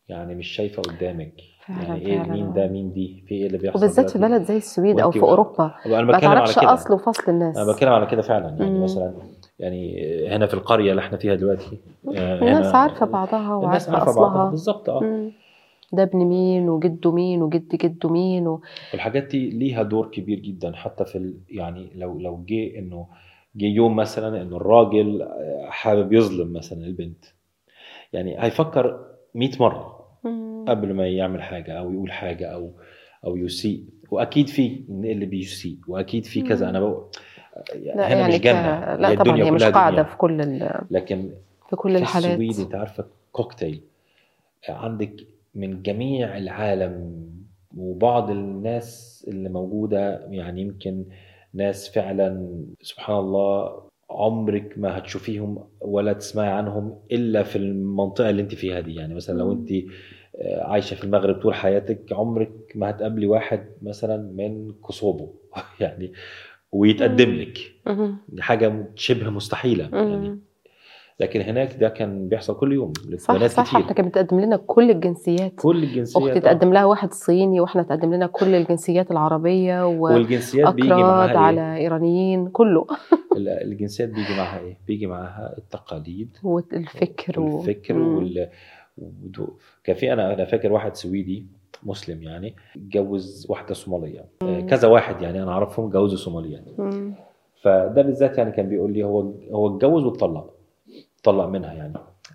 B: يعني مش شايفة قدامك
A: فعلا
B: يعني ايه
A: فعلا.
B: مين ده مين دي في ايه اللي بيحصل
A: وبالذات في
B: دلوقتي.
A: بلد زي السويد او
B: وانت
A: في اوروبا
B: انا
A: ما
B: بتكلم على
A: تعرفش
B: كده،
A: اصل وفصل
B: انا
A: الناس.
B: بتكلم على كده فعلا. يعني
A: مم.
B: مثلا يعني هنا في القرية اللي احنا فيها دلوقتي
A: الناس
B: هنا
A: عارفة بعضها
B: الناس
A: وعارفة
B: عارفة بعضها
A: اصلها.
B: بالظبط.
A: مم. ده ابن مين وجده مين وجد جده مين
B: والحاجات دي ليها دور كبير جدا حتى في يعني لو جه انه جه يوم مثلا انه الراجل حابب يظلم مثلا البنت، يعني هيفكر 100 مرة قبل ما يعمل حاجة او يقول حاجة او يسيء. واكيد في اللي بيسيء واكيد في كذا. انا بقول
A: لا
B: هنا
A: يعني
B: مش جنة،
A: لا
B: هي
A: طبعا
B: الدنيا
A: هي مش
B: كلها
A: قاعدة
B: دنيا.
A: في كل
B: لكن
A: في كل
B: في
A: الحالات.
B: السويد انت عارفة كوكتيل عندك من جميع العالم، وبعض الناس اللي موجودة يعني يمكن ناس فعلا سبحان الله عمرك ما هتشوفيهم ولا تسمعي عنهم إلا في المنطقة اللي انت فيها دي. يعني مثلا لو انت عايشة في المغرب طول حياتك عمرك ما هتقابلي واحد مثلا من كوسوفو يعني ويتقدم لك، دي حاجة شبه مستحيلة يعني. لكن هناك ده كان بيحصل كل يوم
A: صح
B: لبنات
A: صح.
B: كتير،
A: احنا كان بتقدم لنا كل الجنسيات.
B: كل
A: اختي
B: الجنسيات.
A: تقدم لها واحد صيني واحنا تقدم لنا كل الجنسيات العربية
B: والجنسيات بيجي معاها
A: واكراد على
B: ايه؟
A: ايرانيين كله.
B: الجنسيات بيجي معاها ايه؟ بيجي معاها التقاليد
A: والفكر
B: والفكر كان في انا فاكر واحد سويدي مسلم يعني اتجوز واحده صوماليه، كذا واحد يعني انا اعرفهم جوزوا صوماليات. فده بالذات يعني كان بيقول لي هو اتجوز واتطلق، طلق منها يعني.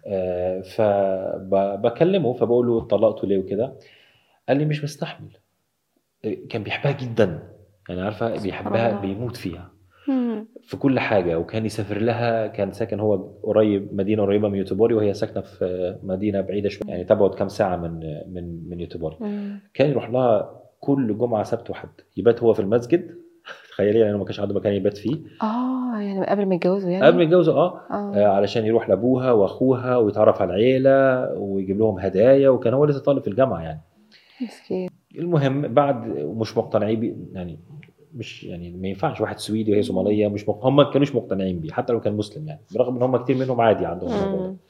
B: فبكلمه فبقول له اتطلقتوا ليه وكده، قال لي مش مستحمل. كان بيحبها جدا يعني عارفه بيحبها بيموت فيها في كل حاجه، وكان يسافر لها. كان ساكن هو قريب، مدينه قريبه من يوتيبوري وهي ساكنه في مدينه بعيده شويه يعني تبعد كام ساعه من يوتيبوري. كان يروح لها كل جمعه سبت وحد يبات هو في المسجد. تخيلي يعني ما كانش عنده مكان يبات فيه.
A: يعني قبل ما يتجوزوا يعني
B: قبل ما يتجوزوا علشان يروح لابوها واخوها ويتعرف على العيله ويجيب لهم هدايا، وكان هو لسه طالب في الجامعه يعني.
A: مسكين.
B: المهم بعد ومش مقتنعين بيه يعني، مش يعني ما ينفعش واحد سويدي وهي صوماليه مش هم ما كانوش مقتنعين بيه حتى لو كان مسلم يعني، برغم ان هم كتير منهم عادي عندهم الموضوع ده.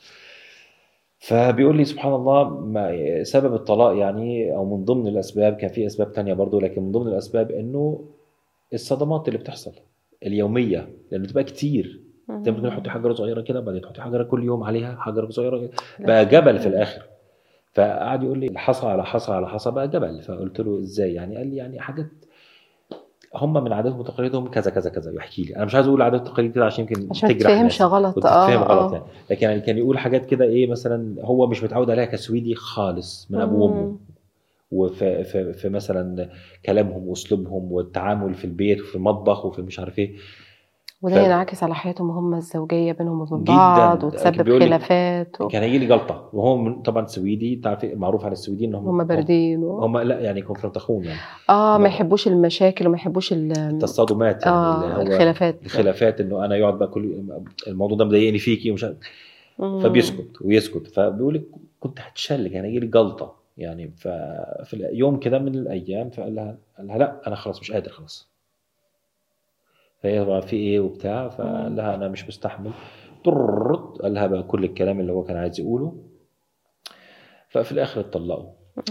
B: فبيقول لي سبحان الله ما سبب الطلاق يعني او من ضمن الاسباب، كان في اسباب تانية برضو لكن من ضمن الاسباب انه الصدمات اللي بتحصل اليوميه لان بتبقى كتير. انت ممكن تحطي حجره صغيره كده بعدين تحطي حجره كل يوم عليها حجره صغيره بقى جبل في الاخر. فقعد يقول لي حصى على حصى على حصى بقى جبل. فقلت له ازاي يعني؟ قال لي يعني حاجات هم من عاداتهم وتقاليدهم كذا كذا كذا. يحكي لي انا مش عايز اقول عادات وتقاليد كده عشان يمكن تجرح
A: تفهمش
B: ناس
A: غلط.
B: وتتفهم غلط يعني. لكن يعني كان يقول حاجات كده ايه مثلا هو مش متعود عليها كسويدي خالص من ابوه وامه، وفي مثلا كلامهم واسلوبهم والتعامل في البيت وفي المطبخ وفي مش عارف ايه.
A: وده ينعكس على حياتهم هم الزوجيه بينهم وبين بعض
B: جدا
A: وتسبب خلافات
B: كان هيجي لي جلطه وهو طبعا سويدي تعرف معروف على السويديين انهم
A: هم باردين
B: هم لا يعني كونفرونتاخون يعني
A: ما يحبوش المشاكل وما يحبوش
B: التصادمات يعني اللي هو الخلافات انه انا يقعد بقى كل الموضوع ده مضايقني فيكي ومش فبيسكت ويسكت. فبيقول لك كنت هتشل يعني يجي لي جلطه يعني. ففي يوم كده من الايام فقال لها لا انا خلاص مش قادر خلاص. فهي بقى في ايه وبتاع فقال لها انا مش مستحمل. قال لها بقى كل الكلام اللي هو كان عايز يقوله. ففي الاخر اتطلقوا.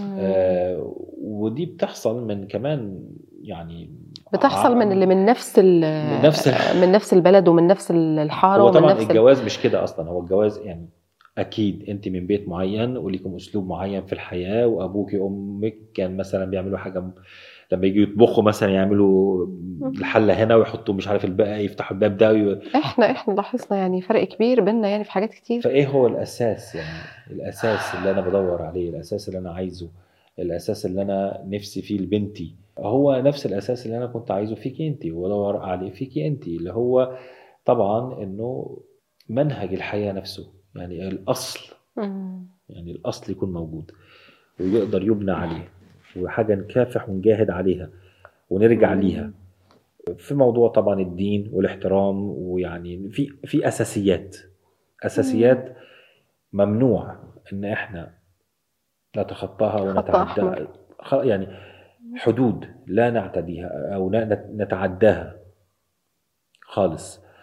B: ودي بتحصل من كمان يعني
A: بتحصل من اللي من نفس البلد ومن نفس الحاره.
B: هو طبعا الجواز مش كده اصلا. هو الجواز يعني اكيد انت من بيت معين وليكم اسلوب معين في الحياه، وابوك وامك كان مثلا بيعملوا حاجه لما يجوا يطبخوا مثلا يعملوا الحله هنا ويحطوا مش عارف الباقي يفتحوا الباب ده
A: احنا لاحظنا يعني فرق كبير بيننا يعني في حاجات كتير.
B: فايه هو الاساس يعني؟ الاساس اللي انا بدور عليه، الاساس اللي انا عايزه، الاساس اللي انا نفسي فيه لبنتي هو نفس الاساس اللي انا كنت عايزه فيكي انت وادور عليه فيكي انت، اللي هو طبعا انه منهج الحياه نفسه يعني الاصل. يعني الاصل يكون موجود ويقدر يبنى عليه وحاجه نكافح ونجاهد عليها ونرجع ليها في موضوع طبعا الدين والاحترام. ويعني في اساسيات ممنوع ان احنا نتخطاها ونتعداها يعني حدود لا نعتديها او نتعداها خالص.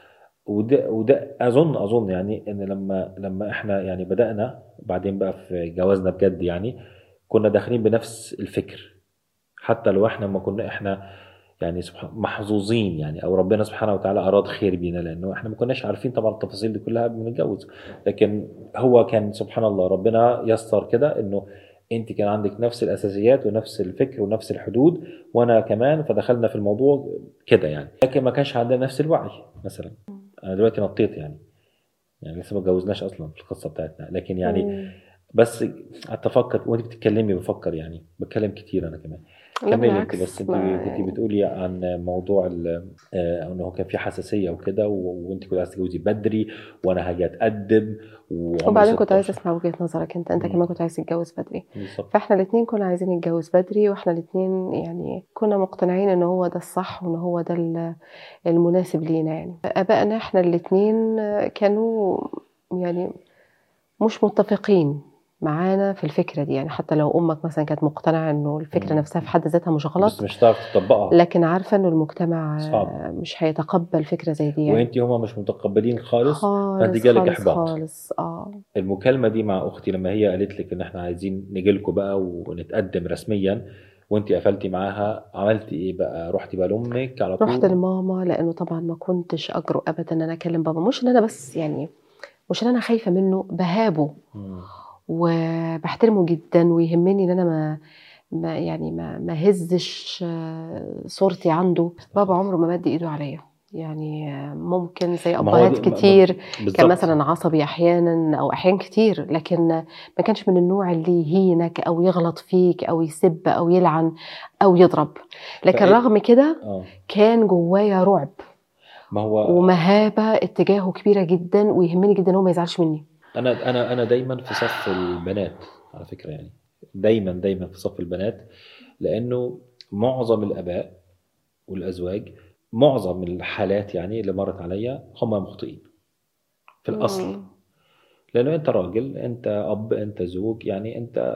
B: وده اظن يعني ان لما احنا يعني بدأنا بعدين بقى في جوازنا بجد، يعني كنا داخلين بنفس الفكر، حتى لو احنا ما كنا احنا يعني محظوظين يعني، او ربنا سبحانه وتعالى اراد خير بينا، لانه احنا ما كناش عارفين طبعا التفاصيل دي كلها قبل ما نتجوز. لكن هو كان سبحان الله ربنا يسر كده، انه انت كان عندك نفس الاساسيات ونفس الفكر ونفس الحدود، وانا كمان، فدخلنا في الموضوع كده يعني. لكن ما كانش عندنا نفس الوعي مثلا. انا دلوقتي نطيت يعني لسه ما اتجوزناش اصلا في القصه بتاعتنا، لكن يعني بس قعدت افكر وانت بتتكلمي، بفكر يعني بتكلم كتير انا كمان. كملي انت، بس انت كنت بتقولي عن موضوع انه كان في حساسيه وكده، وانت كنت عايزه تتجوزي بدري وانا هاجي اتقدم،
A: وبعدين كنت عايزه اسمع وجهه نظرك انت كمان كنت عايز تتجوز بدري. فاحنا الاثنين كنا عايزين نتجوز بدري، واحنا الاثنين يعني كنا مقتنعين ان هو ده الصح وان هو ده المناسب لينا. يعني ابائنا احنا الاثنين كانوا يعني مش متفقين معانا في الفكرة دي. يعني حتى لو أمك مثلا كانت مقتنعة إنه الفكرة نفسها في حد ذاتها مش غلط،
B: بس مش هتعرف تطبقها،
A: لكن عارفة إنه المجتمع
B: صعب،
A: مش هيتقبل فكرة زي دي يعني.
B: وانت هما مش متقبلين خالص، فانت جالك إحباط
A: خالص.
B: المكالمة دي مع أختي لما هي قالت لك إن إحنا عايزين نجيلكوا بقى ونتقدم رسميا، وانت قفلتي معاها، عملتي ايه بقى؟ رحتي بقى لامك على طول؟
A: رحت لماما، لانه طبعا ما كنتش اجرؤ ابدا ان انا اكلم بابا. مش ان انا بس يعني مش ان انا خايفه منه، بهابه وبحترمه جدا، ويهمني ان انا ما هزش صورتي عنده. بابا عمره ما مد ايده عليا، يعني ممكن زي ابهات كتير كان مثلا عصبي احيانا او احيان كتير، لكن ما كانش من النوع اللي يهينك او يغلط فيك او يسب او يلعن او يضرب. لكن رغم كده كان جوايا رعب
B: ما هو
A: ومهابه اتجاهه كبيره جدا، ويهمني جدا هو ما يزعلش مني.
B: انا دايما في صف البنات على فكره، يعني دايما في صف البنات، لانه معظم الاباء والازواج، معظم الحالات يعني اللي مرت عليا هم مخطئين في الاصل. لانه انت راجل، انت اب، انت زوج، يعني انت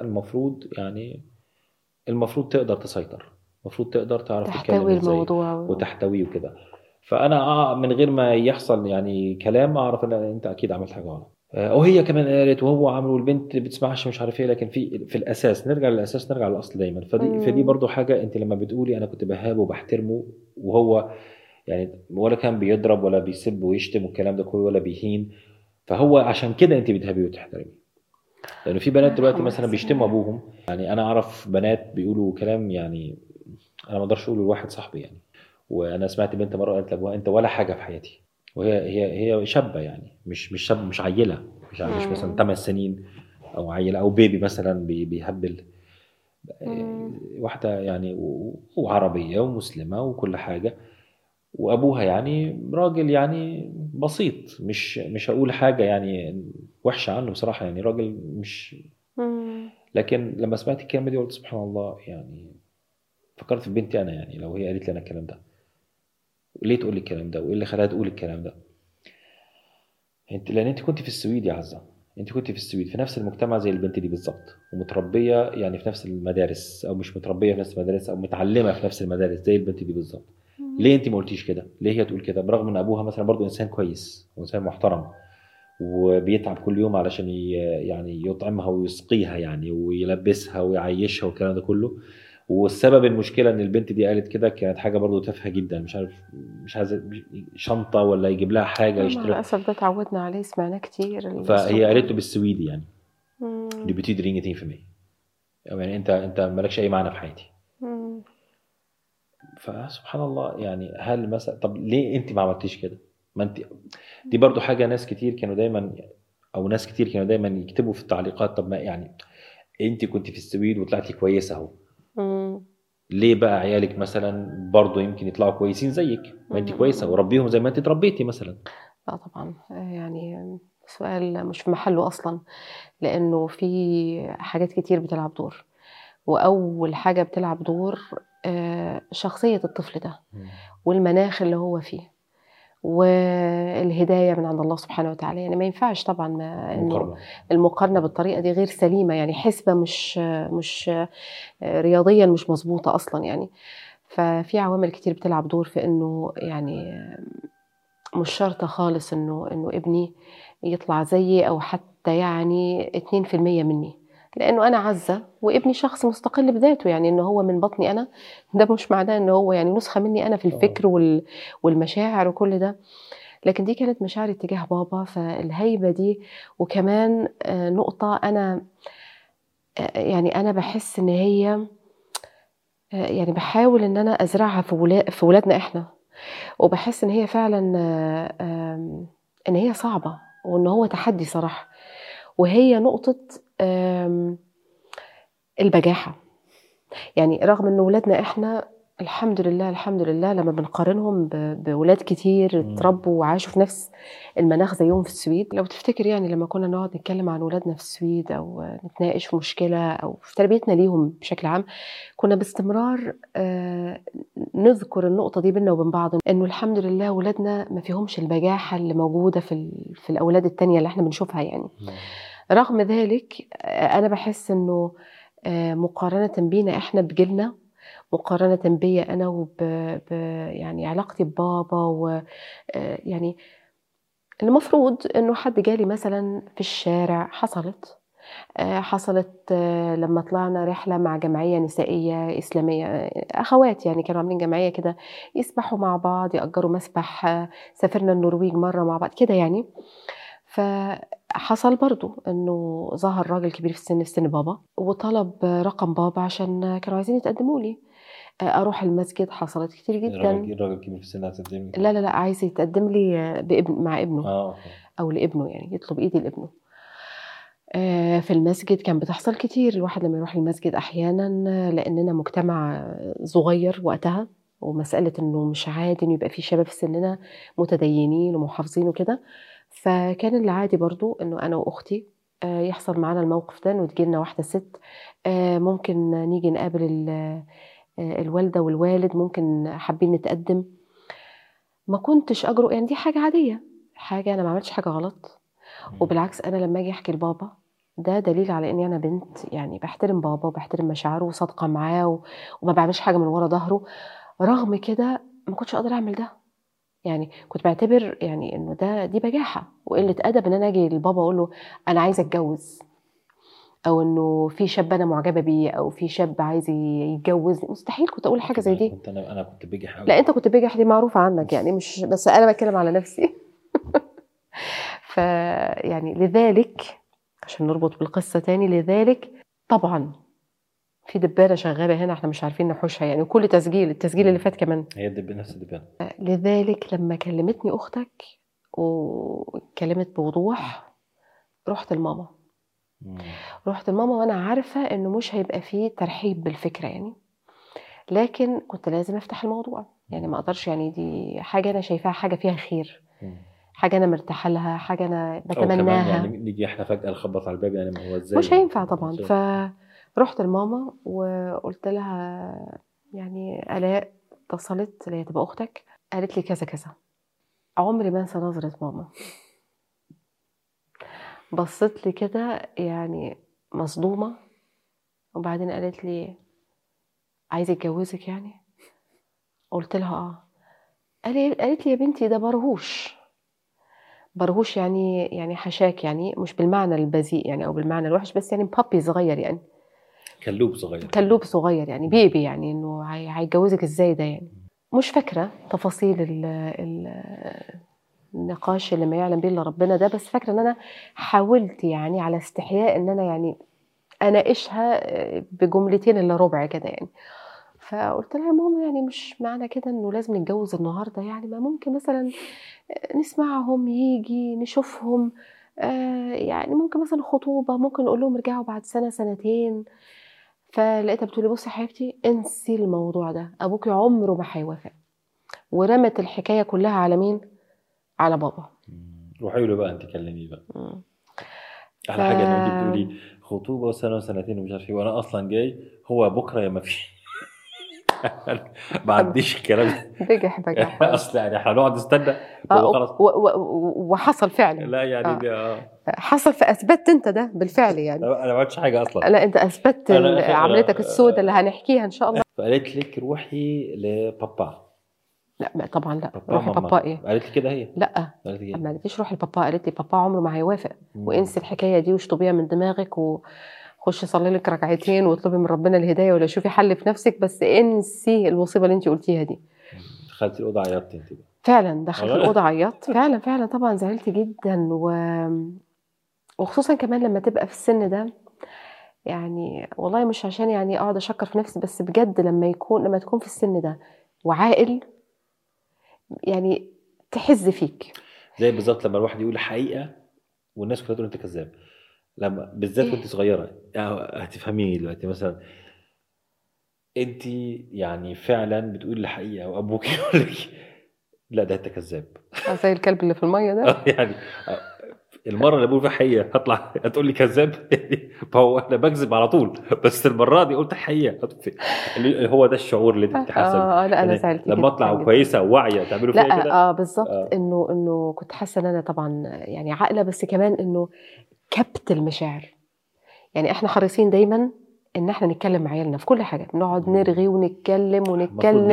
B: المفروض تقدر تسيطر، المفروض تقدر تعرف تتكلم ازاي وتحتويه وكده. فانا من غير ما يحصل يعني كلام اعرف ان انت اكيد عملت حاجه غلط. وهي كمان قالت وهو عمل، والبنت بتسمعش مش عارف ايه. لكن في الاساس نرجع للاساس، نرجع للاصل دايما. فدي برضو حاجه. انت لما بتقولي انا كنت بهابه وبحترمه، وهو يعني ولا كان بيضرب ولا بيسب ويشتم والكلام ده كله ولا بيهين، فهو عشان كده انت بتهابيه وتحترميه. لانه في بنات دلوقتي مثلا بيشتموا ابوهم. يعني انا اعرف بنات بيقولوا كلام يعني انا ما اقدرش اقوله لواحد صاحبي يعني. وانا سمعت بنت مره قالت لابوها انت ولا حاجه في حياتي، وهي شابه يعني، مش شاب، مش عيله، مش مثلا 8 سنين او عيله او بيبي مثلا بيهبل. واحده يعني وعربيه ومسلمه وكل حاجه، وابوها يعني راجل يعني بسيط، مش هقول حاجه يعني وحشه عنه بصراحه، يعني راجل مش. لكن لما سمعت الكلمه دي قلت سبحان الله، يعني فكرت في بنتي انا. يعني لو هي قالت لي انا الكلام ده، ليه تقول لي الكلام ده؟ وايه اللي خلاها تقول الكلام ده؟ لان انت كنت في السويد يا عزه، انت كنت في السويد في نفس المجتمع زي البنت دي بالظبط، ومتربيه يعني في نفس المدارس، او مش متربيه في نفس المدارس، او متعلمه في نفس المدارس زي البنت دي بالظبط. ليه انت ما قلتيش كده؟ ليه هي تقول كده برغم ان ابوها مثلا برضو انسان كويس وانسان محترم، وبيتعب كل يوم علشان يعني يطعمها ويسقيها يعني، ويلبسها ويعيشها والكلام ده كله. والسبب المشكله ان البنت دي قالت كده كانت حاجه برضو تافهه جدا، مش عايز شنطه ولا يجيب لها حاجه يشتري.
A: للاسف ده تعودنا عليه، سمعناه كتير.
B: فهي قالت له بالسويدي يعني دي betyder ingenting för mig، يعني انت مالكش اي معنى في حياتي. فسبحان الله يعني. هل مثلا طب ليه انت ما عملتيش كده؟ ما انت دي برضو حاجه ناس كتير كانوا دايما يكتبوا في التعليقات. طب ما يعني انت كنت في السويد وطلعتي كويسه اهو، ليه بقى عيالك مثلا برضو يمكن يطلعوا كويسين زيك؟ ما انت كويسه وربيهم زي ما انت تربيتي مثلا.
A: لا طبعا، يعني سؤال مش في محله اصلا، لانه في حاجات كتير بتلعب دور. واول حاجه بتلعب دور شخصيه الطفل ده والمناخ اللي هو فيه والهدايه من عند الله سبحانه وتعالى. يعني ما ينفعش طبعا انه المقارنه بالطريقه دي غير سليمه، يعني حسبه مش رياضيا مش مظبوطه اصلا يعني. ففي عوامل كتير بتلعب دور في انه يعني مش شرط خالص انه ابني يطلع زيي او حتى يعني 2% مني، لانه انا عزة وابني شخص مستقل بذاته، يعني انه هو من بطني انا، ده مش معناه انه هو يعني نسخة مني انا في الفكر والمشاعر وكل ده. لكن دي كانت مشاعري تجاه بابا، فالهيبة دي. وكمان نقطة أنا يعني أنا بحس إن هي يعني بحاول إن أنا أزرعها في ولادنا إحنا، وبحس إن هي فعلا إن هي صعبة وإن هو تحدي صراحة، وهي نقطة البجاحة. يعني رغم إن ولادنا إحنا الحمد لله الحمد لله لما بنقارنهم بولاد كتير اتربوا وعاشوا في نفس المناخ زيهم في السويد، لو تفتكر يعني لما كنا نقعد نتكلم عن ولادنا في السويد أو نتناقش في مشكلة أو في تربيتنا ليهم بشكل عام، كنا باستمرار نذكر النقطة دي بينا وبين بعض، إنه الحمد لله ولادنا ما فيهمش البجاحة اللي موجودة في الأولاد التانية اللي احنا بنشوفها يعني. رغم ذلك أنا بحس إنه مقارنة بينا احنا بجيلنا، مقارنة بيا أنا يعني علاقتي ببابا يعني المفروض إنه حد جالي مثلا في الشارع، حصلت لما طلعنا رحلة مع جمعية نسائية إسلامية، أخوات يعني كانوا عاملين جمعية كده يسبحوا مع بعض، يأجروا مسبح، سافرنا النرويج مرة مع بعض كده يعني. فحصل برضو انه ظهر راجل كبير في السن بابا، وطلب رقم بابا عشان كانوا عايزين يتقدموا لي. اروح المسجد، حصلت كتير جدا.
B: الراجل كبير في السن هتقدم لي؟
A: لا عايز يتقدم لي مع ابنه. او لابنه، يعني يطلب ايدي لابنه. في المسجد كان بتحصل كتير، الواحد لما يروح المسجد احيانا لاننا مجتمع صغير وقتها، ومسألة انه مش عادي انه يبقى في شباب في سننا متدينين ومحافظين وكده، فكان العادي برضو انه انا واختي يحصل معانا الموقف ده، انه تجيلنا واحدة ست، ممكن نيجي نقابل الوالدة والوالد، ممكن حابين نتقدم. ما كنتش اجرؤ، يعني دي حاجة عادية، حاجة انا ما عملتش حاجة غلط. وبالعكس انا لما اجي احكي لبابا، ده دليل على اني انا بنت يعني بحترم بابا وبحترم مشاعره وصادقة معاه وما بعملش حاجة من ورا ظهره. رغم كده ما كنتش اقدر اعمل ده، يعني كنت بعتبر يعني انه دي بجاحة وقلة ادب ان انا اجي لبابا اقول له انا عايزة اتجوز، او انه في شاب انا معجبة بيه، او في شاب عايز يتجوزني. مستحيل كنت اقول حاجة زي دي.
B: انا كنت بجح قوي.
A: لا انت كنت بجح، دي معروفة عنك يعني، مش بس انا بتكلم على نفسي. يعني لذلك عشان نربط بالقصة تاني، لذلك طبعا في دبانة شغالة هنا احنا مش عارفين نحوشها يعني، وكل التسجيل اللي فات كمان
B: هي نفس الدبانة.
A: لذلك لما كلمتني أختك وكلمت بوضوح، رحت لماما. وأنا عارفة إنه مش هيبقى فيه ترحيب بالفكرة يعني، لكن كنت لازم أفتح الموضوع يعني، ما أقدرش يعني، دي حاجة أنا شايفاها حاجة فيها خير، حاجة أنا مرتاحة لها، حاجة أنا بتمناها.
B: يعني نيجي احنا فجأة نخبط على الباب، يعني ما هو ازاي
A: مش هينفع طبعا. فرحت لماما وقلت لها يعني آلاء اتصلت اللي هي تبقى أختك، قالت لي كذا كذا. عمري ما انسى نظرة ماما، بصت لي كده يعني مصدومة، وبعدين قالت لي عايزة اتجوزك يعني؟ قلت لها قالت لي يا بنتي ده برهوش يعني حشاك، يعني مش بالمعنى البذيء يعني او بالمعنى الوحش، بس يعني بابي صغير يعني، كلوب صغير يعني، بيبي يعني، انه هيتجوزك ازاي ده يعني. مش فاكرة تفاصيل النقاش اللي ما يعلم به الا ربنا ده، بس فاكرة ان انا حاولت يعني على استحياء ان انا يعني اناقشها بجملتين الا ربع كده يعني. فقلت لها يا ماما يعني مش معنى كده انه لازم نتجوز النهارده يعني، ما ممكن مثلا نسمعهم، يجي نشوفهم، يعني ممكن مثلا خطوبة، ممكن نقول لهم ارجعوا بعد سنة سنتين. فلقيتها بتقولي بصي يا حبيبتي انسي الموضوع ده، ابوكي عمره ما هيوافق. ورمت الحكاية كلها على مين؟ على بابا.
B: روحي له بقى انت كلميه بقى. على حاجة ان انت بتقولي خطوبة وسنة وسنتين ومش عارف ايه، وانا اصلا جاي هو بكرة يا ما في. ما عنديش الكلام ده.
A: بجح
B: اصل يعني هنقعد نستنى خلاص.
A: وحصل فعلا.
B: لا يعني
A: حصل، فاثبتت انت ده بالفعل يعني.
B: انا ما عملتش حاجة اصلا.
A: لا انت اثبتت عملتك السوداء اللي هنحكيها ان شاء الله.
B: فقالت لك روحي لبابا.
A: لا طبعا لا. روحي بابا ايه؟
B: قالت لي كده هي؟
A: لا ما قالتليش روحي لبابا، قالت لي بابا عمره ما هيوافق، وانسي الحكايه دي واشطبيها من دماغك وخشي صلي لك ركعتين واطلبي من ربنا الهدايه ولا شوفي حل في نفسك، بس انسي المصيبه اللي انت قلتيها دي.
B: دخلتي الاوضه عيطتي انت؟
A: فعلا دخلت الاوضه عيطت فعلا طبعا زعلت جدا وخصوصا كمان لما تبقى في السن ده، يعني والله مش عشان يعني اقعد اشكر في نفسي، بس بجد لما تكون في السن ده وعاقل يعني تحز فيك.
B: زي بالظبط لما الواحد يقول الحقيقه والناس كلها تقول انت كذاب، لما بالذات وانت صغيره. هتفهميني دلوقتي مثلا انت يعني فعلا بتقول الحقيقه وابوك يقول لك لا ده انت كذاب،
A: زي الكلب اللي في الميه ده.
B: يعني المره اللي بقول فيها حقيقه هطلع هتقول لي كذاب يعني، فهو انا بكذب على طول، بس المره دي قلت حقيقه. هو ده الشعور اللي انت بتحسه.
A: لا انا
B: يعني
A: زعلت
B: لما اطلع كويسه وواعيه تعملوا فيها كده.
A: بالظبط. انه كنت حاسه ان انا طبعا يعني عاقله، بس كمان انه كبت المشاعر. يعني احنا حريصين دايما ان احنا نتكلم مع عيالنا في كل حاجه، نقعد نرغي ونتكلم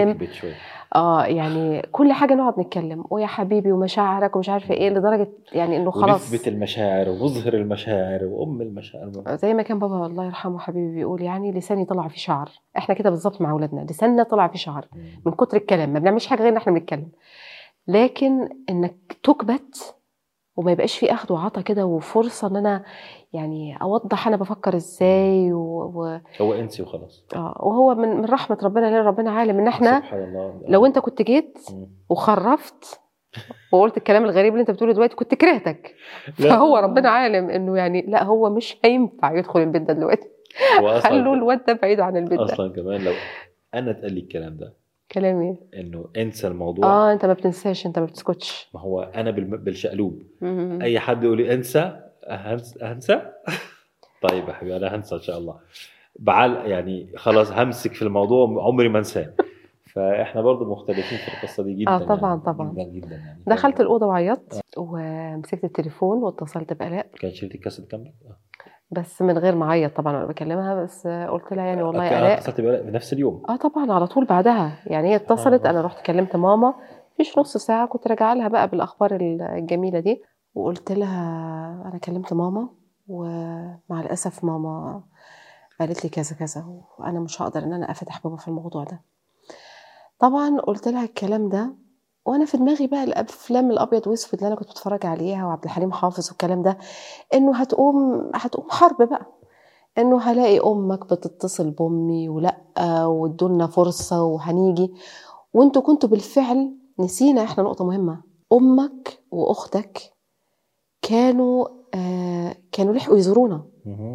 A: يعني كل حاجه نقعد نتكلم ويا حبيبي ومشاعرك ومش عارفه ايه، لدرجه يعني انه خلاص
B: ونثبت المشاعر ونظهر المشاعر المشاعر.
A: زي ما كان بابا الله يرحمه حبيبي بيقول، يعني لساني طلع فيه شعر. احنا كده بالظبط مع اولادنا، لساننا طلع فيه شعر من كتر الكلام، ما بنعملش حاجه غير ان احنا بنتكلم. لكن انك تكبت وما يبقاش فيه اخذ وعطا كده، وفرصه ان انا يعني اوضح انا بفكر ازاي
B: هو انسي وخلاص.
A: وهو من رحمه ربنا، لان ربنا عالم ان احنا
B: سبحان الله.
A: لو انت كنت جيت وخرفت وقلت الكلام الغريب اللي انت بتقوله دلوقتي كنت كرهتك. فهو ربنا عالم انه يعني لا هو مش هينفع يدخل البيت ده دلوقتي، خلوا الواد ده بعيد عن البيت ده.
B: اصلا كمان لو انا اتقال لي الكلام ده،
A: كلام ايه؟
B: انه انسى الموضوع.
A: انت ما بتنساش، انت ما بتسكتش.
B: ما هو انا بالشقلوب اي حد يقول لي انسى هنسى. طيب يا حبيبي انا هنسى ان شاء الله، يعني خلاص همسك في الموضوع عمري ما انساه. فاحنا برضو مختلفين في القصه دي جدا.
A: طبعا
B: يعني
A: طبعا
B: جدا يعني.
A: دخلت الاوضه وعيطت ومسكت التليفون واتصلت بآلاء.
B: كان شريط الكاسيت كامل
A: بس من غير ما اعيط طبعا وانا بكلمها، بس قلت لها يعني والله آلاء.
B: اتصلت بآلاء في نفس اليوم؟
A: طبعا على طول بعدها، يعني هي اتصلت انا رحت كلمت ماما فيش نص ساعه، كنت راجعه لها بقى بالاخبار الجميله دي، وقلت لها انا كلمت ماما ومع الاسف ماما قالت لي كذا كذا وانا مش هقدر ان انا افتح بابا في الموضوع ده. طبعا قلت لها الكلام ده وانا في دماغي بقى الافلام الابيض واسود اللي انا كنت بتفرج عليها وعبد الحليم حافظ والكلام ده، انه هتقوم حرب بقى، انه هلاقي امك بتتصل بامي ولا وادولنا فرصه وهنيجي، وانتوا كنتوا بالفعل نسينا احنا نقطه مهمه، امك واختك كانوا لحقوا يزورونا.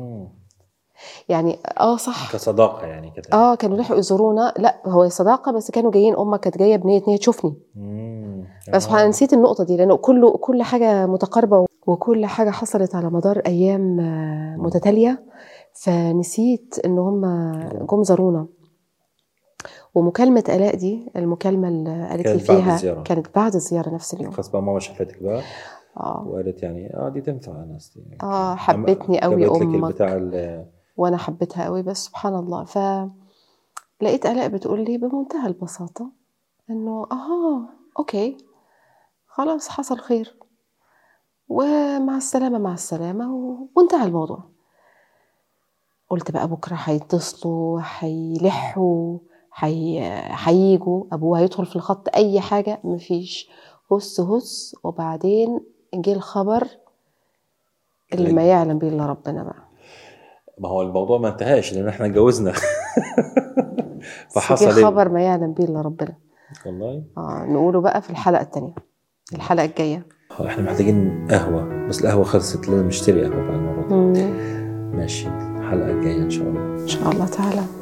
A: يعني صح
B: كصداقه يعني كده.
A: كانوا لحقوا يزورونا. لا هو صداقه، بس كانوا جايين، امك كانت جايه بنيه ان هي تشوفني. بس سبحان الله نسيت النقطه دي، لانه كل حاجه متقاربه وكل حاجه حصلت على مدار ايام متتاليه، فنسيت ان هم جم زارونا. ومكالمه آلاء دي المكالمه اللي قالت لي فيها كانت بعد الزياره نفس اليوم.
B: خلاص بقى ماما شافتك بقى وقالت يعني دي تنفع ناس دي.
A: حبتني قوي امك وانا حبيتها قوي. بس سبحان الله فلقيت آلاء بتقول لي بمنتهى البساطه انه اوكي خلاص حصل خير ومع السلامه مع السلامه وانتهى الموضوع. قلت بقى بكره هيتصلوا هيلحوا هييجوا ابوه هيدخل في الخط اي حاجه، مفيش. هس وبعدين جه الخبر اللي ما يعلم به الا ربنا بقى.
B: ما هو الموضوع ما انتهاش لان احنا اتجوزنا.
A: فحصل خبر ما يعلم به الا ربنا
B: والله.
A: نقوله بقى في الحلقه الثانيه الحلقه الجايه.
B: احنا محتاجين قهوه، بس القهوه خلصت، لازم نشتري قهوه بعد المره دي. ماشي الحلقه الجايه ان شاء الله.
A: ان شاء الله تعالى.